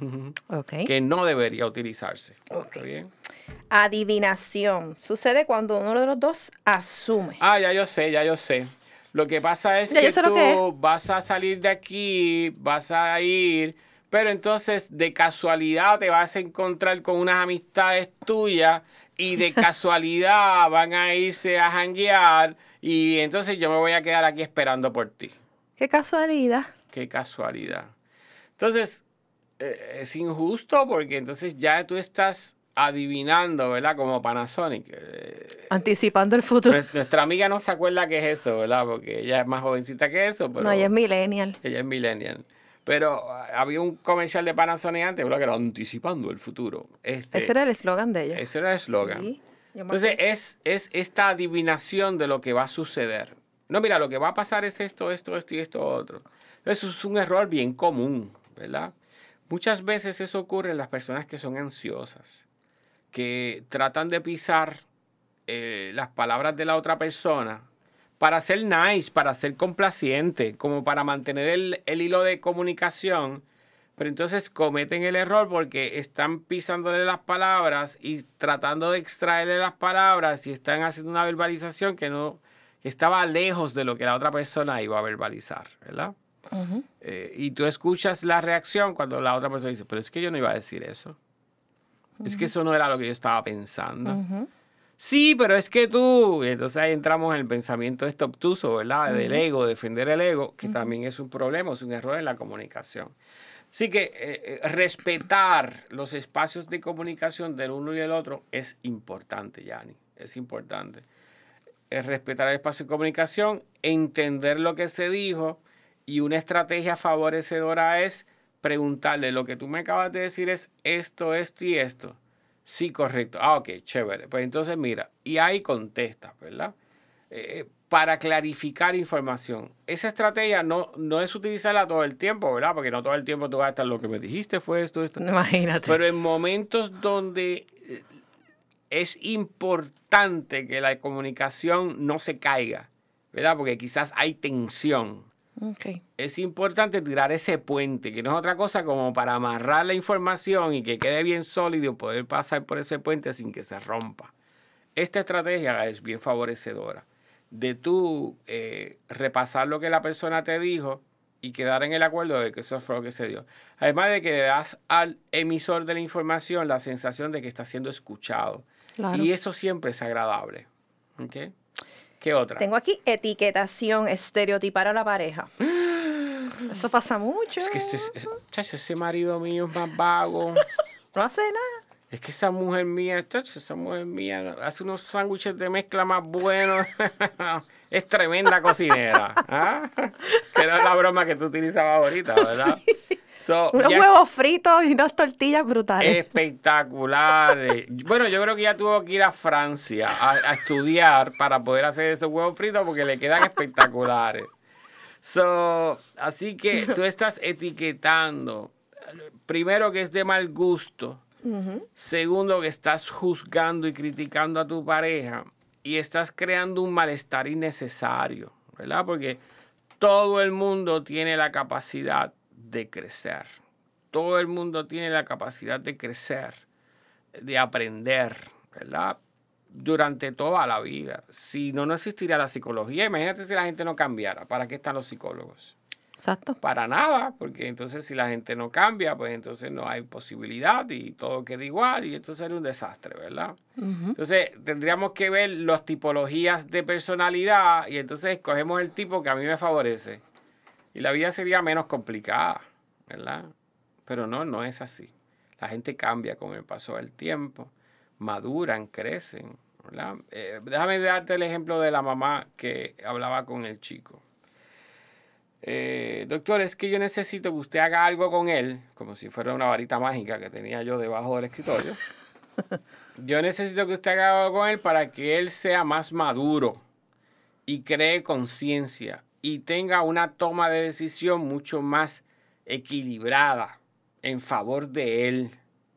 Ok. que no debería utilizarse. Ok. ¿Está bien? Adivinación. Sucede cuando uno de los dos asume. Ah, ya yo sé, ya yo sé. Lo que pasa es Ya yo que sé lo tú que vas a salir de aquí, vas a ir, pero entonces de casualidad te vas a encontrar con unas amistades tuyas y de casualidad van a irse a janguear y entonces yo me voy a quedar aquí esperando por ti. Qué casualidad. Qué casualidad. Entonces, eh, es injusto porque entonces ya tú estás adivinando, ¿verdad? Como Panasonic. Eh, Anticipando el futuro. Nues- Nuestra amiga no se acuerda qué es eso, ¿verdad? Porque ella es más jovencita que eso, pero No, ella es millennial. ella es millennial. Pero ah, había un comercial de Panasonic antes, ¿verdad? Que era anticipando el futuro. Este, Ese era el eslogan de ella. ese era el eslogan. Sí, yo me Entonces acuerdo. es, es esta adivinación de lo que va a suceder. No, mira, lo que va a pasar es esto, esto, esto y esto otro. Eso es un error bien común, ¿verdad? Muchas veces eso ocurre en las personas que son ansiosas, que tratan de pisar eh, las palabras de la otra persona para ser nice, para ser complaciente, como para mantener el, el hilo de comunicación, pero entonces cometen el error porque están pisándole las palabras y tratando de extraerle las palabras y están haciendo una verbalización que no, que estaba lejos de lo que la otra persona iba a verbalizar, ¿verdad? Uh-huh. Eh, y tú escuchas la reacción cuando la otra persona dice, pero es que yo no iba a decir eso. Uh-huh. Es que eso no era lo que yo estaba pensando. Uh-huh. Sí, pero es que tú... Y entonces ahí entramos en el pensamiento este obtuso, ¿verdad? Uh-huh. Del ego, defender el ego, que uh-huh. también es un problema, es un error en la comunicación. Así que eh, respetar los espacios de comunicación del uno y del otro es importante, Yani. Es importante. Es respetar el espacio de comunicación, entender lo que se dijo, y una estrategia favorecedora es preguntarle, lo que tú me acabas de decir es esto, esto y esto. Sí, correcto. Ah, ok, chévere. Pues entonces mira, y ahí contesta, ¿verdad? Eh, para clarificar información. Esa estrategia no, no es utilizarla todo el tiempo, ¿verdad? Porque no todo el tiempo tú vas a estar, lo que me dijiste fue esto, esto. Imagínate. Pero en momentos donde es importante que la comunicación no se caiga, ¿verdad? Porque quizás hay tensión. Okay. Es importante tirar ese puente, que no es otra cosa como para amarrar la información y que quede bien sólido, poder pasar por ese puente sin que se rompa. Esta estrategia es bien favorecedora de tú eh, repasar lo que la persona te dijo y quedar en el acuerdo de que eso fue lo que se dio. Además de que le das al emisor de la información la sensación de que está siendo escuchado. Claro. Y eso siempre es agradable. ¿Okay? ¿Qué otra? Tengo aquí etiquetación, estereotipar a la pareja. Eso pasa mucho. Es que ese, ese, ese marido mío es más vago. No hace nada. Es que esa mujer mía, chacho, esa mujer mía hace unos sándwiches de mezcla más buenos. Es tremenda cocinera. ¿Ah? Que era la broma que tú utilizabas ahorita, ¿verdad? Sí. So, unos ya, huevos fritos y unas tortillas brutales. Espectaculares. Bueno, yo creo que ya tuvo que ir a Francia a, a estudiar para poder hacer esos huevos fritos porque le quedan espectaculares. So, así que tú estás etiquetando. Primero, que es de mal gusto. Uh-huh. Segundo, que estás juzgando y criticando a tu pareja. Y estás creando un malestar innecesario, ¿verdad? Porque todo el mundo tiene la capacidad de crecer. Todo el mundo tiene la capacidad de crecer, de aprender, ¿verdad? Durante toda la vida. Si no, no existiría la psicología. Imagínate si la gente no cambiara. ¿Para qué están los psicólogos? Exacto. Para nada, porque entonces si la gente no cambia, pues entonces no hay posibilidad y todo queda igual y esto sería un desastre, ¿verdad? Uh-huh. Entonces tendríamos que ver las tipologías de personalidad y entonces escogemos el tipo que a mí me favorece. Y la vida sería menos complicada, ¿verdad? Pero no, no es así. La gente cambia con el paso del tiempo, maduran, crecen, ¿verdad? Eh, déjame darte el ejemplo de la mamá que hablaba con el chico. Eh, doctor, es que yo necesito que usted haga algo con él, como si fuera una varita mágica que tenía yo debajo del escritorio. Yo necesito que usted haga algo con él para que él sea más maduro y cree conciencia y tenga una toma de decisión mucho más equilibrada en favor de él.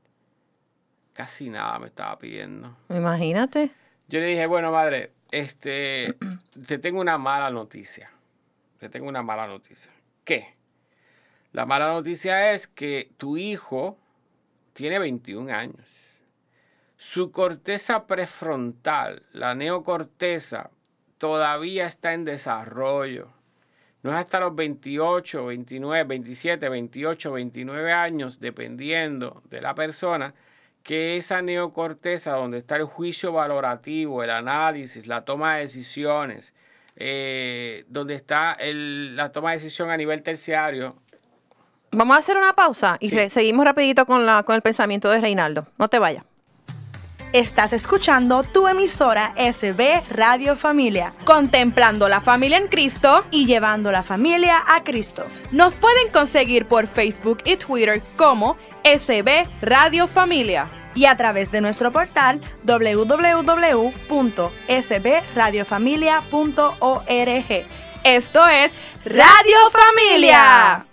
Casi nada me estaba pidiendo. Imagínate. Yo le dije, bueno, madre, este, te tengo una mala noticia. Te tengo una mala noticia. ¿Qué? La mala noticia es que tu hijo tiene veintiún años. Su corteza prefrontal, la neocorteza, todavía está en desarrollo. No es hasta los veintiocho, veintinueve, veintisiete, veintiocho, veintinueve años, dependiendo de la persona, que esa neocorteza, donde está el juicio valorativo, el análisis, la toma de decisiones, eh, donde está el, la toma de decisión a nivel terciario. Vamos a hacer una pausa y sí. seguimos rapidito con, la, con el pensamiento de Reinaldo. No te vayas. Estás escuchando tu emisora S B Radio Familia. Contemplando la familia en Cristo y llevando la familia a Cristo. Nos pueden conseguir por Facebook y Twitter como S B Radio Familia. Y a través de nuestro portal doble u doble u doble u punto s b radio familia punto org. Esto es Radio Familia.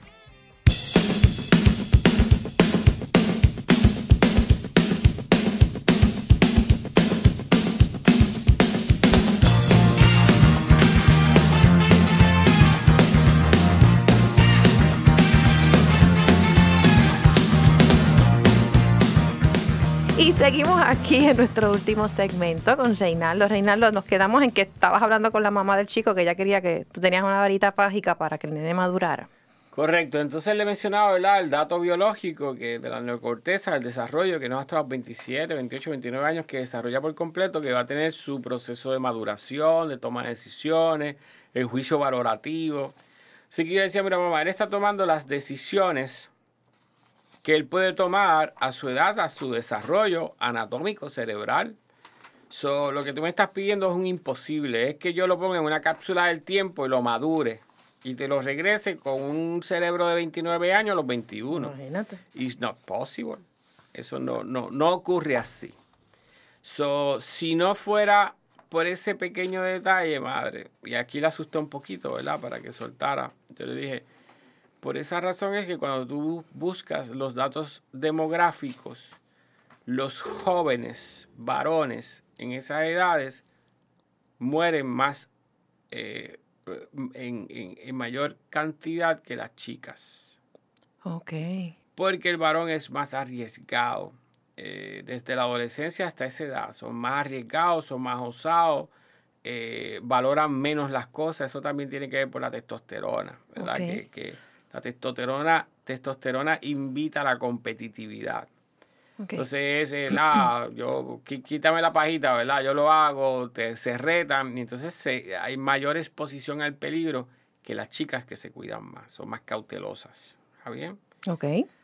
Y Seguimos aquí en nuestro último segmento con Reinaldo. Reinaldo, nos quedamos en que estabas hablando con la mamá del chico que ella quería que tú tenías una varita mágica para que el nene madurara. Correcto, entonces le mencionaba, ¿verdad?, el dato biológico que de la neocorteza, el desarrollo, que no hasta los veintisiete, veintiocho, veintinueve años que desarrolla por completo, que va a tener su proceso de maduración, de toma de decisiones, el juicio valorativo. Así que yo decía, mira mamá, él está tomando las decisiones que él puede tomar a su edad, a su desarrollo anatómico, cerebral. So, lo que tú me estás pidiendo es un imposible, es que yo lo ponga en una cápsula del tiempo y lo madure. Y te lo regrese con un cerebro de veintinueve años a los veintiuno. Imagínate. It's not possible. Eso no, no, no ocurre así. So, si no fuera por ese pequeño detalle, madre, y aquí la asusté un poquito, ¿verdad?, para que soltara. Yo le dije, por esa razón es que cuando tú buscas los datos demográficos, los jóvenes varones en esas edades mueren más eh, En, en, en mayor cantidad que las chicas. Ok. Porque el varón es más arriesgado. Eh, desde la adolescencia hasta esa edad. Son más arriesgados, son más osados, eh, valoran menos las cosas. Eso también tiene que ver por la testosterona, ¿verdad? Okay. Que, que la testosterona, testosterona invita a la competitividad. Okay. Entonces, eh, nada, yo, qu quítame la pajita, ¿verdad? Yo lo hago, te, se retan, y entonces se, hay mayor exposición al peligro que las chicas que se cuidan más, son más cautelosas. ¿Está bien? Ok.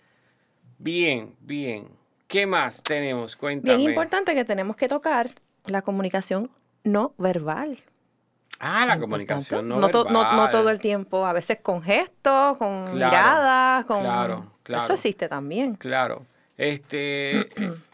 Bien, bien. ¿Qué más tenemos? Cuéntame. Bien importante que tenemos que tocar la comunicación no verbal. Ah, la comunicación no, no verbal. To, no, no todo el tiempo, a veces con gestos, con claro, miradas, con... Claro, claro. Eso existe también. Claro. Este,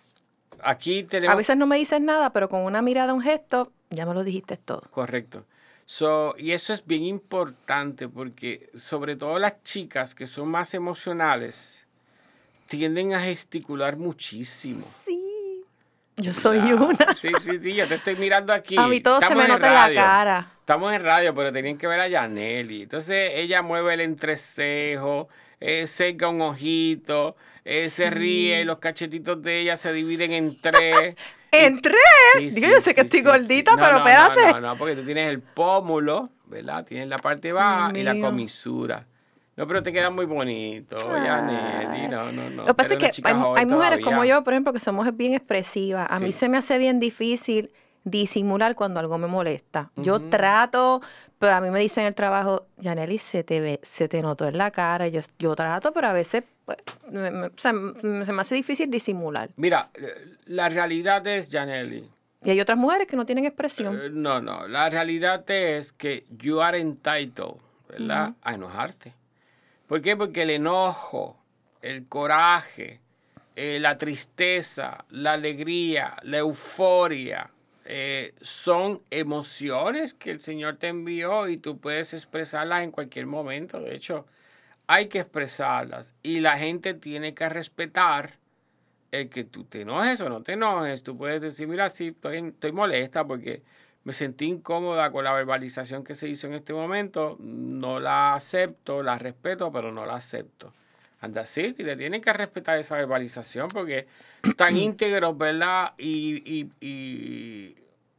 aquí tenemos... A veces no me dices nada, pero con una mirada, un gesto, ya me lo dijiste todo. Correcto. So, y eso es bien importante porque sobre todo las chicas que son más emocionales tienden a gesticular muchísimo. Sí, yo soy ah, una. Sí, sí, sí, yo te estoy mirando aquí. A mí todo Estamos se me nota en la cara. Estamos en radio, pero tenían que ver a Yaneli. Entonces ella mueve el entrecejo, eh, seca un ojito, eh, sí. se ríe, los cachetitos de ella se dividen en tres. ¿En tres? Sí, Digo, sí, yo sé sí, que estoy sí, gordita, sí. No, pero no, espérate. No, no, no, porque tú tienes el pómulo, ¿verdad? Tienes la parte baja y la comisura. No, pero te queda muy bonito, Yaneli. No, no, no. Lo que pasa es que hay, hay mujeres todavía. Como yo, por ejemplo, que somos bien expresivas. A sí. mí se me hace bien difícil disimular cuando algo me molesta. Uh-huh. Yo trato, pero a mí me dicen en el trabajo, Yaneli, se te ve, se te notó en la cara. Yo, yo trato, pero a veces pues, me, me, o sea, me, se me hace difícil disimular. Mira, la realidad es, Yaneli. Y hay otras mujeres que no tienen expresión. Uh, no, no. La realidad es que you are entitled, ¿verdad? Uh-huh. A enojarte. ¿Por qué? Porque el enojo, el coraje, eh, la tristeza, la alegría, la euforia, eh, son emociones que el Señor te envió y tú puedes expresarlas en cualquier momento. De hecho, hay que expresarlas y la gente tiene que respetar el que tú te enojes o no te enojes. Tú puedes decir, mira, sí, estoy, estoy molesta porque me sentí incómoda con la verbalización que se hizo en este momento. No la acepto, la respeto, pero no la acepto. And that's it. Y le tienen que respetar esa verbalización porque tan íntegros, ¿verdad? Y, y, y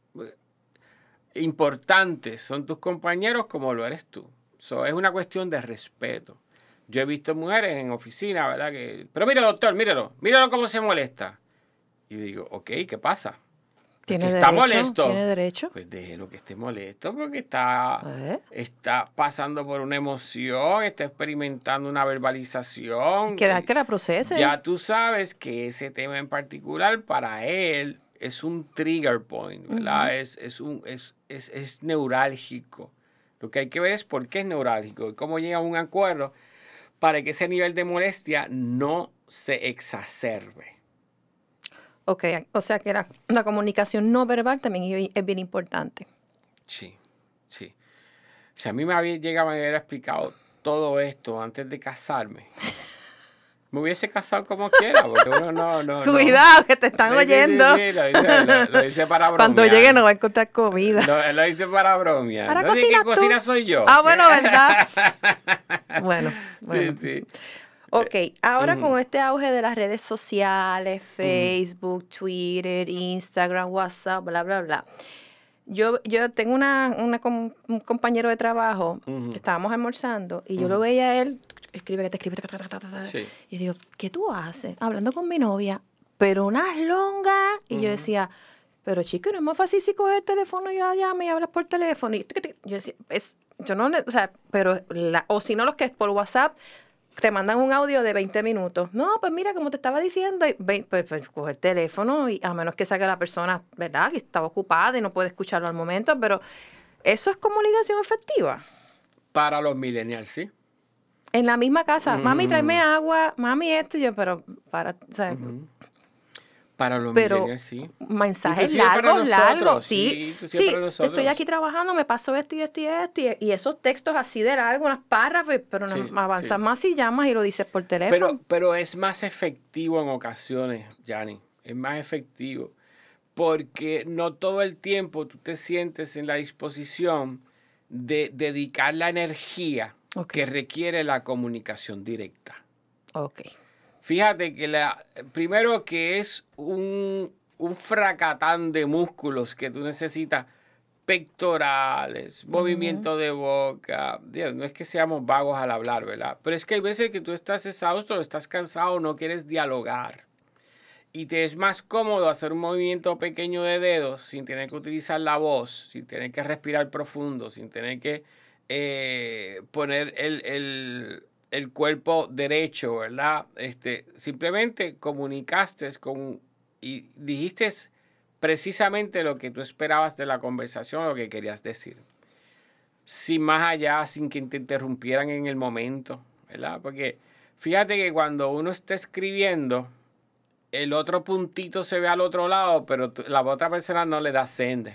importantes son tus compañeros como lo eres tú. So, es una cuestión de respeto. Yo he visto mujeres en oficina, ¿verdad? Que, pero mira, doctor, míralo. Míralo cómo se molesta. Y digo, ok, ¿qué pasa? ¿Tiene que derecho? Está molesto. ¿Tiene derecho? Pues déjelo que esté molesto porque está, ¿Eh? está pasando por una emoción, está experimentando una verbalización. Que da que la procese. Ya tú sabes que ese tema en particular para él es un trigger point, ¿verdad? Uh-huh. es, es, un, es, es, es neurálgico. Lo que hay que ver es por qué es neurálgico y cómo llega a un acuerdo para que ese nivel de molestia no se exacerbe. Ok, o sea que la, la comunicación no verbal también es bien importante. Sí, sí. Si a mí me había llegado a haber explicado todo esto antes de casarme, me hubiese casado como quiera, porque uno no... no Cuidado, no. que te están sí, oyendo. Sí, sí, lo, hice, lo, lo hice para bromear. Cuando llegue no va a encontrar comida. Lo, lo hice para bromear. ¿Ahora no cocinas sé qué cocina soy yo. Ah, bueno, ¿verdad? bueno, bueno. Sí, sí. Ok, ahora uh-huh. con este auge de las redes sociales, Facebook, uh-huh. Twitter, Instagram, WhatsApp, bla, bla, bla. Yo, yo tengo una, una un compañero de trabajo uh-huh. que estábamos almorzando y yo uh-huh. lo veía a él, escribe, que te escribe, ta, ta, ta, ta, ta, sí. y digo, ¿qué tú haces? Hablando con mi novia, pero unas longas. Y uh-huh. yo decía, pero chico, ¿no es más fácil si coges el teléfono y la llamas y hablas por teléfono? Y yo decía, es, yo no, o sea, pero, la, o si no, los que es por WhatsApp, te mandan un audio de veinte minutos. No, pues mira, como te estaba diciendo, pues, pues coge el teléfono y a menos que saque la persona, ¿verdad? Que estaba ocupada y no puede escucharlo al momento, pero ¿eso es comunicación efectiva? Para los millennials, sí. En la misma casa, Mm. mami, tráeme agua, mami esto, y yo, pero para, o sea, uh-huh. Para los pero millennials, sí. mensajes Inclusive para largos, nosotros, largos. Sí, Sí, sí para nosotros. Estoy aquí trabajando, me pasó esto y esto y esto, y, y esos textos así de largo, unas párrafos, pero no, Sí, avanzas sí. más si llamas y lo dices por teléfono. Pero, pero es más efectivo en ocasiones, Yanni. Es más efectivo. Porque no todo el tiempo tú te sientes en la disposición de dedicar la energía okay. que requiere la comunicación directa. Ok. Fíjate que la, primero que es un, un fracatán de músculos que tú necesitas, pectorales, uh-huh. movimiento de boca. Dios, no es que seamos vagos al hablar, ¿verdad? Pero es que hay veces que tú estás exhausto, estás cansado, no quieres dialogar. Y te es más cómodo hacer un movimiento pequeño de dedos sin tener que utilizar la voz, sin tener que respirar profundo, sin tener que eh, poner el... el el cuerpo derecho, ¿verdad? Este, simplemente comunicaste con y dijiste precisamente lo que tú esperabas de la conversación, lo que querías decir. Sin más allá, sin que te interrumpieran en el momento, ¿verdad? Porque fíjate que cuando uno está escribiendo, el otro puntito se ve al otro lado, pero la otra persona no le da send.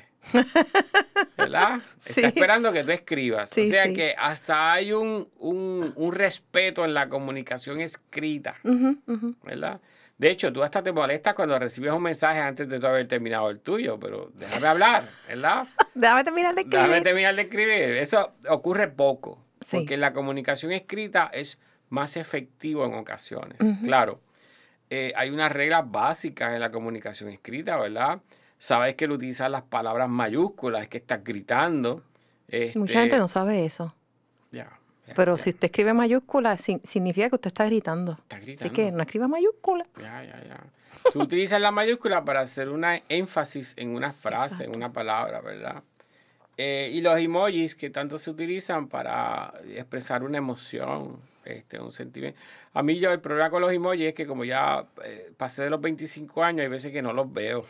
¿Verdad? Sí. Está esperando que tú escribas. Sí, o sea sí. que hasta hay un, un, un respeto en la comunicación escrita. Uh-huh, uh-huh. ¿Verdad? De hecho, tú hasta te molestas cuando recibes un mensaje antes de tú haber terminado el tuyo, pero déjame hablar, ¿verdad? Déjame terminar de escribir. Déjame terminar de escribir. Eso ocurre poco, sí. porque la comunicación escrita es más efectiva en ocasiones. Uh-huh. Claro, eh, hay unas reglas básicas en la comunicación escrita, ¿verdad? Sabes que el utilizar las palabras mayúsculas es que estás gritando. Este, Mucha gente no sabe eso. Ya. ya Pero ya. si usted escribe mayúsculas, sin, significa que usted está gritando. Está gritando. Así que no escriba mayúsculas. Ya, ya, ya. Tú utilizas la mayúscula para hacer una énfasis en una frase, Exacto. en una palabra, ¿verdad? Eh, y los emojis que tanto se utilizan para expresar una emoción, este, un sentimiento. A mí yo el problema con los emojis es que como ya eh, pasé de los veinticinco años, hay veces que no los veo.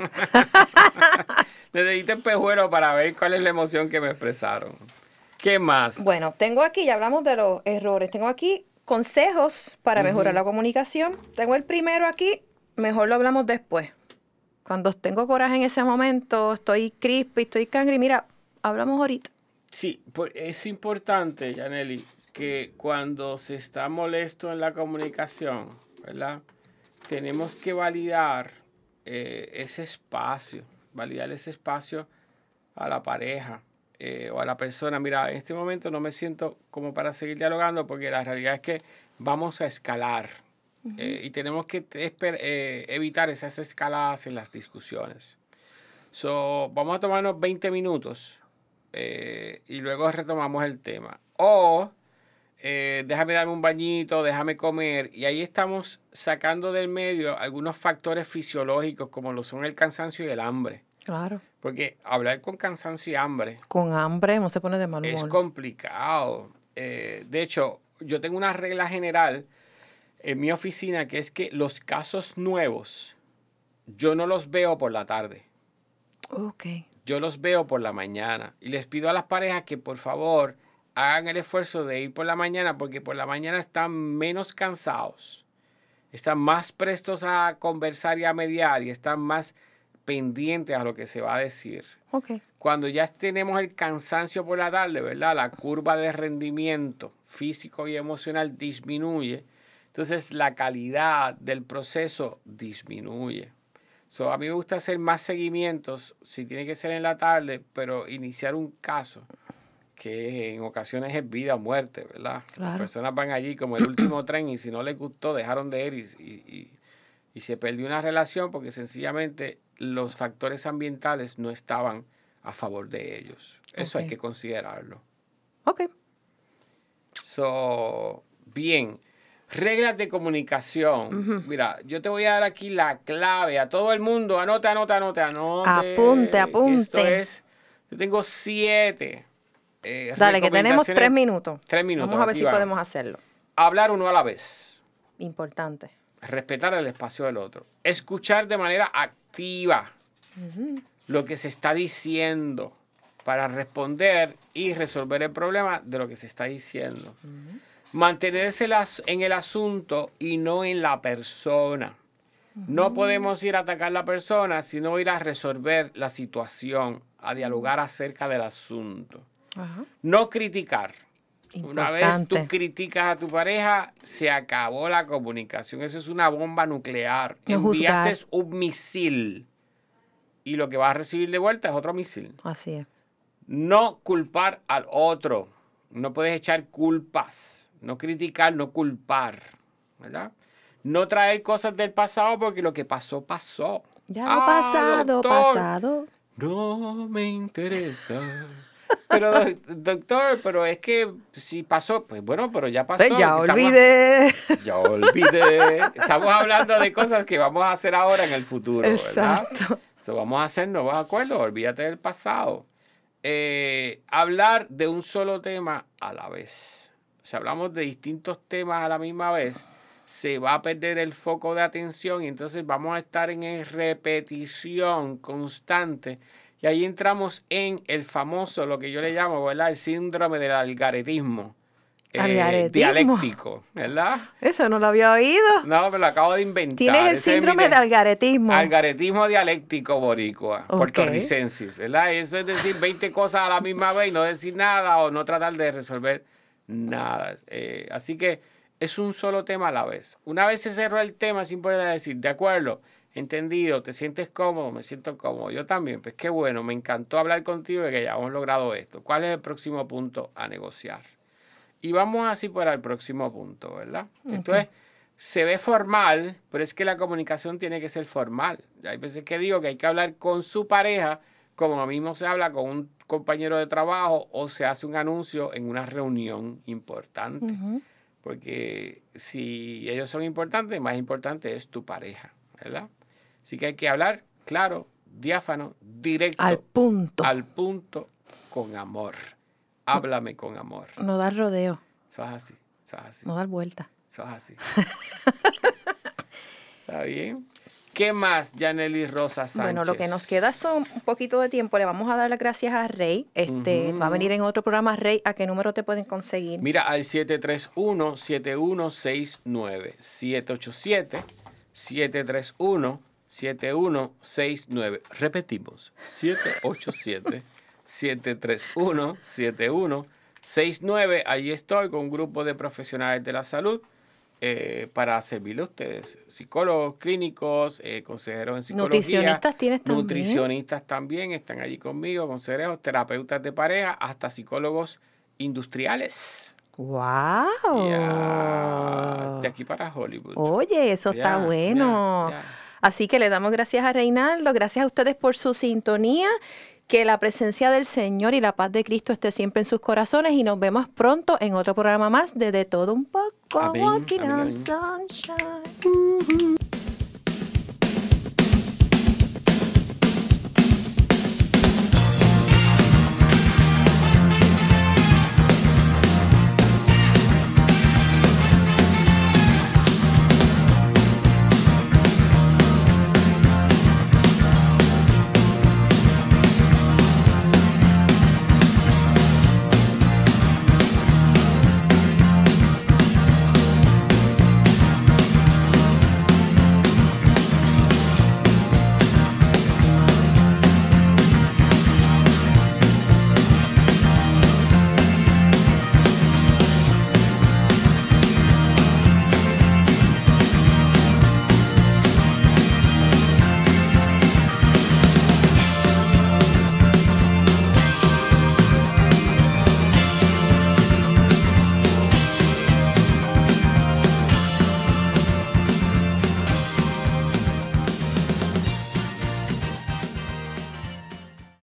Necesito espejuelo para ver cuál es la emoción que me expresaron. ¿Qué más? Bueno, tengo aquí, ya hablamos de los errores, tengo aquí consejos para uh-huh. mejorar la comunicación. Tengo el primero aquí, mejor lo hablamos después. Cuando tengo coraje en ese momento, estoy crispy, estoy cangre, mira, hablamos ahorita. Sí, pues es importante, Yaneli, que cuando se está molesto en la comunicación, ¿verdad? Tenemos que validar eh, ese espacio, validar ese espacio a la pareja eh, o a la persona. Mira, en este momento no me siento como para seguir dialogando porque la realidad es que vamos a escalar uh-huh. eh, y tenemos que esper- eh, evitar esas escaladas en las discusiones. So, vamos a tomarnos veinte minutos eh, y luego retomamos el tema. O eh, déjame darme un bañito, déjame comer. Y ahí estamos sacando del medio algunos factores fisiológicos como lo son el cansancio y el hambre. Claro. Porque hablar con cansancio y hambre... Con hambre no se pone de mal humor. Es complicado. Eh, de hecho, yo tengo una regla general en mi oficina que es que los casos nuevos yo no los veo por la tarde. Ok. Yo los veo por la mañana. Y les pido a las parejas que por favor hagan el esfuerzo de ir por la mañana porque por la mañana están menos cansados. Están más prestos a conversar y a mediar y están más pendientes a lo que se va a decir. Okay. Cuando ya tenemos el cansancio por la tarde, ¿verdad? La curva de rendimiento físico y emocional disminuye. Entonces la calidad del proceso disminuye. So, a mí me gusta hacer más seguimientos, si tiene que ser en la tarde, pero iniciar un caso que en ocasiones es vida o muerte, ¿verdad? Claro. Las personas van allí como el último tren y si no les gustó dejaron de ir y, y, y, y se perdió una relación porque sencillamente los factores ambientales no estaban a favor de ellos. Eso Ok. hay que considerarlo. Ok. So, bien, reglas de comunicación. Ujú. Mira, yo te voy a dar aquí la clave a todo el mundo. Anote, anote, anote, anote. Apunte, que apunte. Esto es, yo tengo siete. eh, Dale, que tenemos recomendaciones. tres minutos. Tres minutos, Vamos a ver aquí si van. podemos hacerlo. Hablar uno a la vez. Importante. Respetar el espacio del otro. Escuchar de manera activa Ujú. lo que se está diciendo para responder y resolver el problema de lo que se está diciendo. Mantenerse las- en el asunto y no en la persona. No podemos ir a atacar a la persona, sino ir a resolver la situación, a dialogar acerca del asunto. Ajá. No criticar. Una vez tú Importante. criticas a tu pareja, se acabó la comunicación. Eso es una bomba nuclear. No juzgar. Enviaste un misil y lo que vas a recibir de vuelta es otro misil. Así es. No culpar al otro. No puedes echar culpas. No criticar, no culpar. ¿Verdad? No traer cosas del pasado porque lo que pasó, pasó. Ya lo Ah, pasado, doctor, pasado. no me interesa. Pero, doc- doctor, pero es que si pasó, pues bueno, pero ya pasó. Pues ya Estamos- olvidé. Ya olvidé. Estamos hablando de cosas que vamos a hacer ahora en el futuro, ¿verdad? Exacto. So, vamos a hacer nuevos acuerdos, olvídate del pasado. Eh, hablar de un solo tema a la vez. Si hablamos de distintos temas a la misma vez, se va a perder el foco de atención y entonces vamos a estar en repetición constante. Y ahí entramos en el famoso, lo que yo le llamo, ¿verdad? El síndrome del algaretismo. eh, Algaretismo. dialéctico, ¿verdad? Eso no lo había oído. No, me lo acabo de inventar. Tienes el Ese es mi síndrome de- de algaretismo. Algaretismo dialéctico boricua, Ok. puertorricensis, ¿verdad? Eso es decir veinte cosas a la misma vez y no decir nada o no tratar de resolver nada. Eh, así que es un solo tema a la vez. Una vez se cerró el tema, es importante decir, de acuerdo, entendido, te sientes cómodo, me siento cómodo. Yo también, pues qué bueno, me encantó hablar contigo y que ya hemos logrado esto. ¿Cuál es el próximo punto a negociar? Y vamos así para el próximo punto, ¿verdad? Entonces, se ve formal, pero es que la comunicación tiene que ser formal. Hay veces que digo que hay que hablar con su pareja como mismo se habla con un compañero de trabajo o se hace un anuncio en una reunión importante. Ujú. Porque si ellos son importantes, más importante es tu pareja, ¿verdad? Así que hay que hablar claro, diáfano, directo, Al punto. al punto, con amor. Háblame con amor. No dar rodeo, Eso es así, eso es así, no dar vuelta. eso es así. ¿Está bien? ¿Qué más, Yanely Rosa Sánchez? Bueno, lo que nos queda son un poquito de tiempo. Le vamos a dar las gracias a Rey. Este Ujú. va a venir en otro programa. Rey, ¿a qué número te pueden conseguir? Mira, al siete tres uno, siete uno seis nueve, siete ocho siete, siete tres uno, siete uno seis nueve. Repetimos, siete ocho siete, siete tres uno, siete uno seis nueve. Allí estoy con un grupo de profesionales de la salud eh, para servirle a ustedes. Psicólogos clínicos, eh, consejeros en psicología. Nutricionistas tienes también. Nutricionistas también están allí conmigo, consejeros, terapeutas de pareja, hasta psicólogos industriales. ¡Wow! Ya, de aquí para Hollywood. Oye, eso Ya, está bueno. ya, ya. Así que le damos gracias a Reinaldo, gracias a ustedes por su sintonía, que la presencia del Señor y la paz de Cristo esté siempre en sus corazones y nos vemos pronto en otro programa más de De Todo Un Poco, Amén, Walking amén, on amén. Sunshine.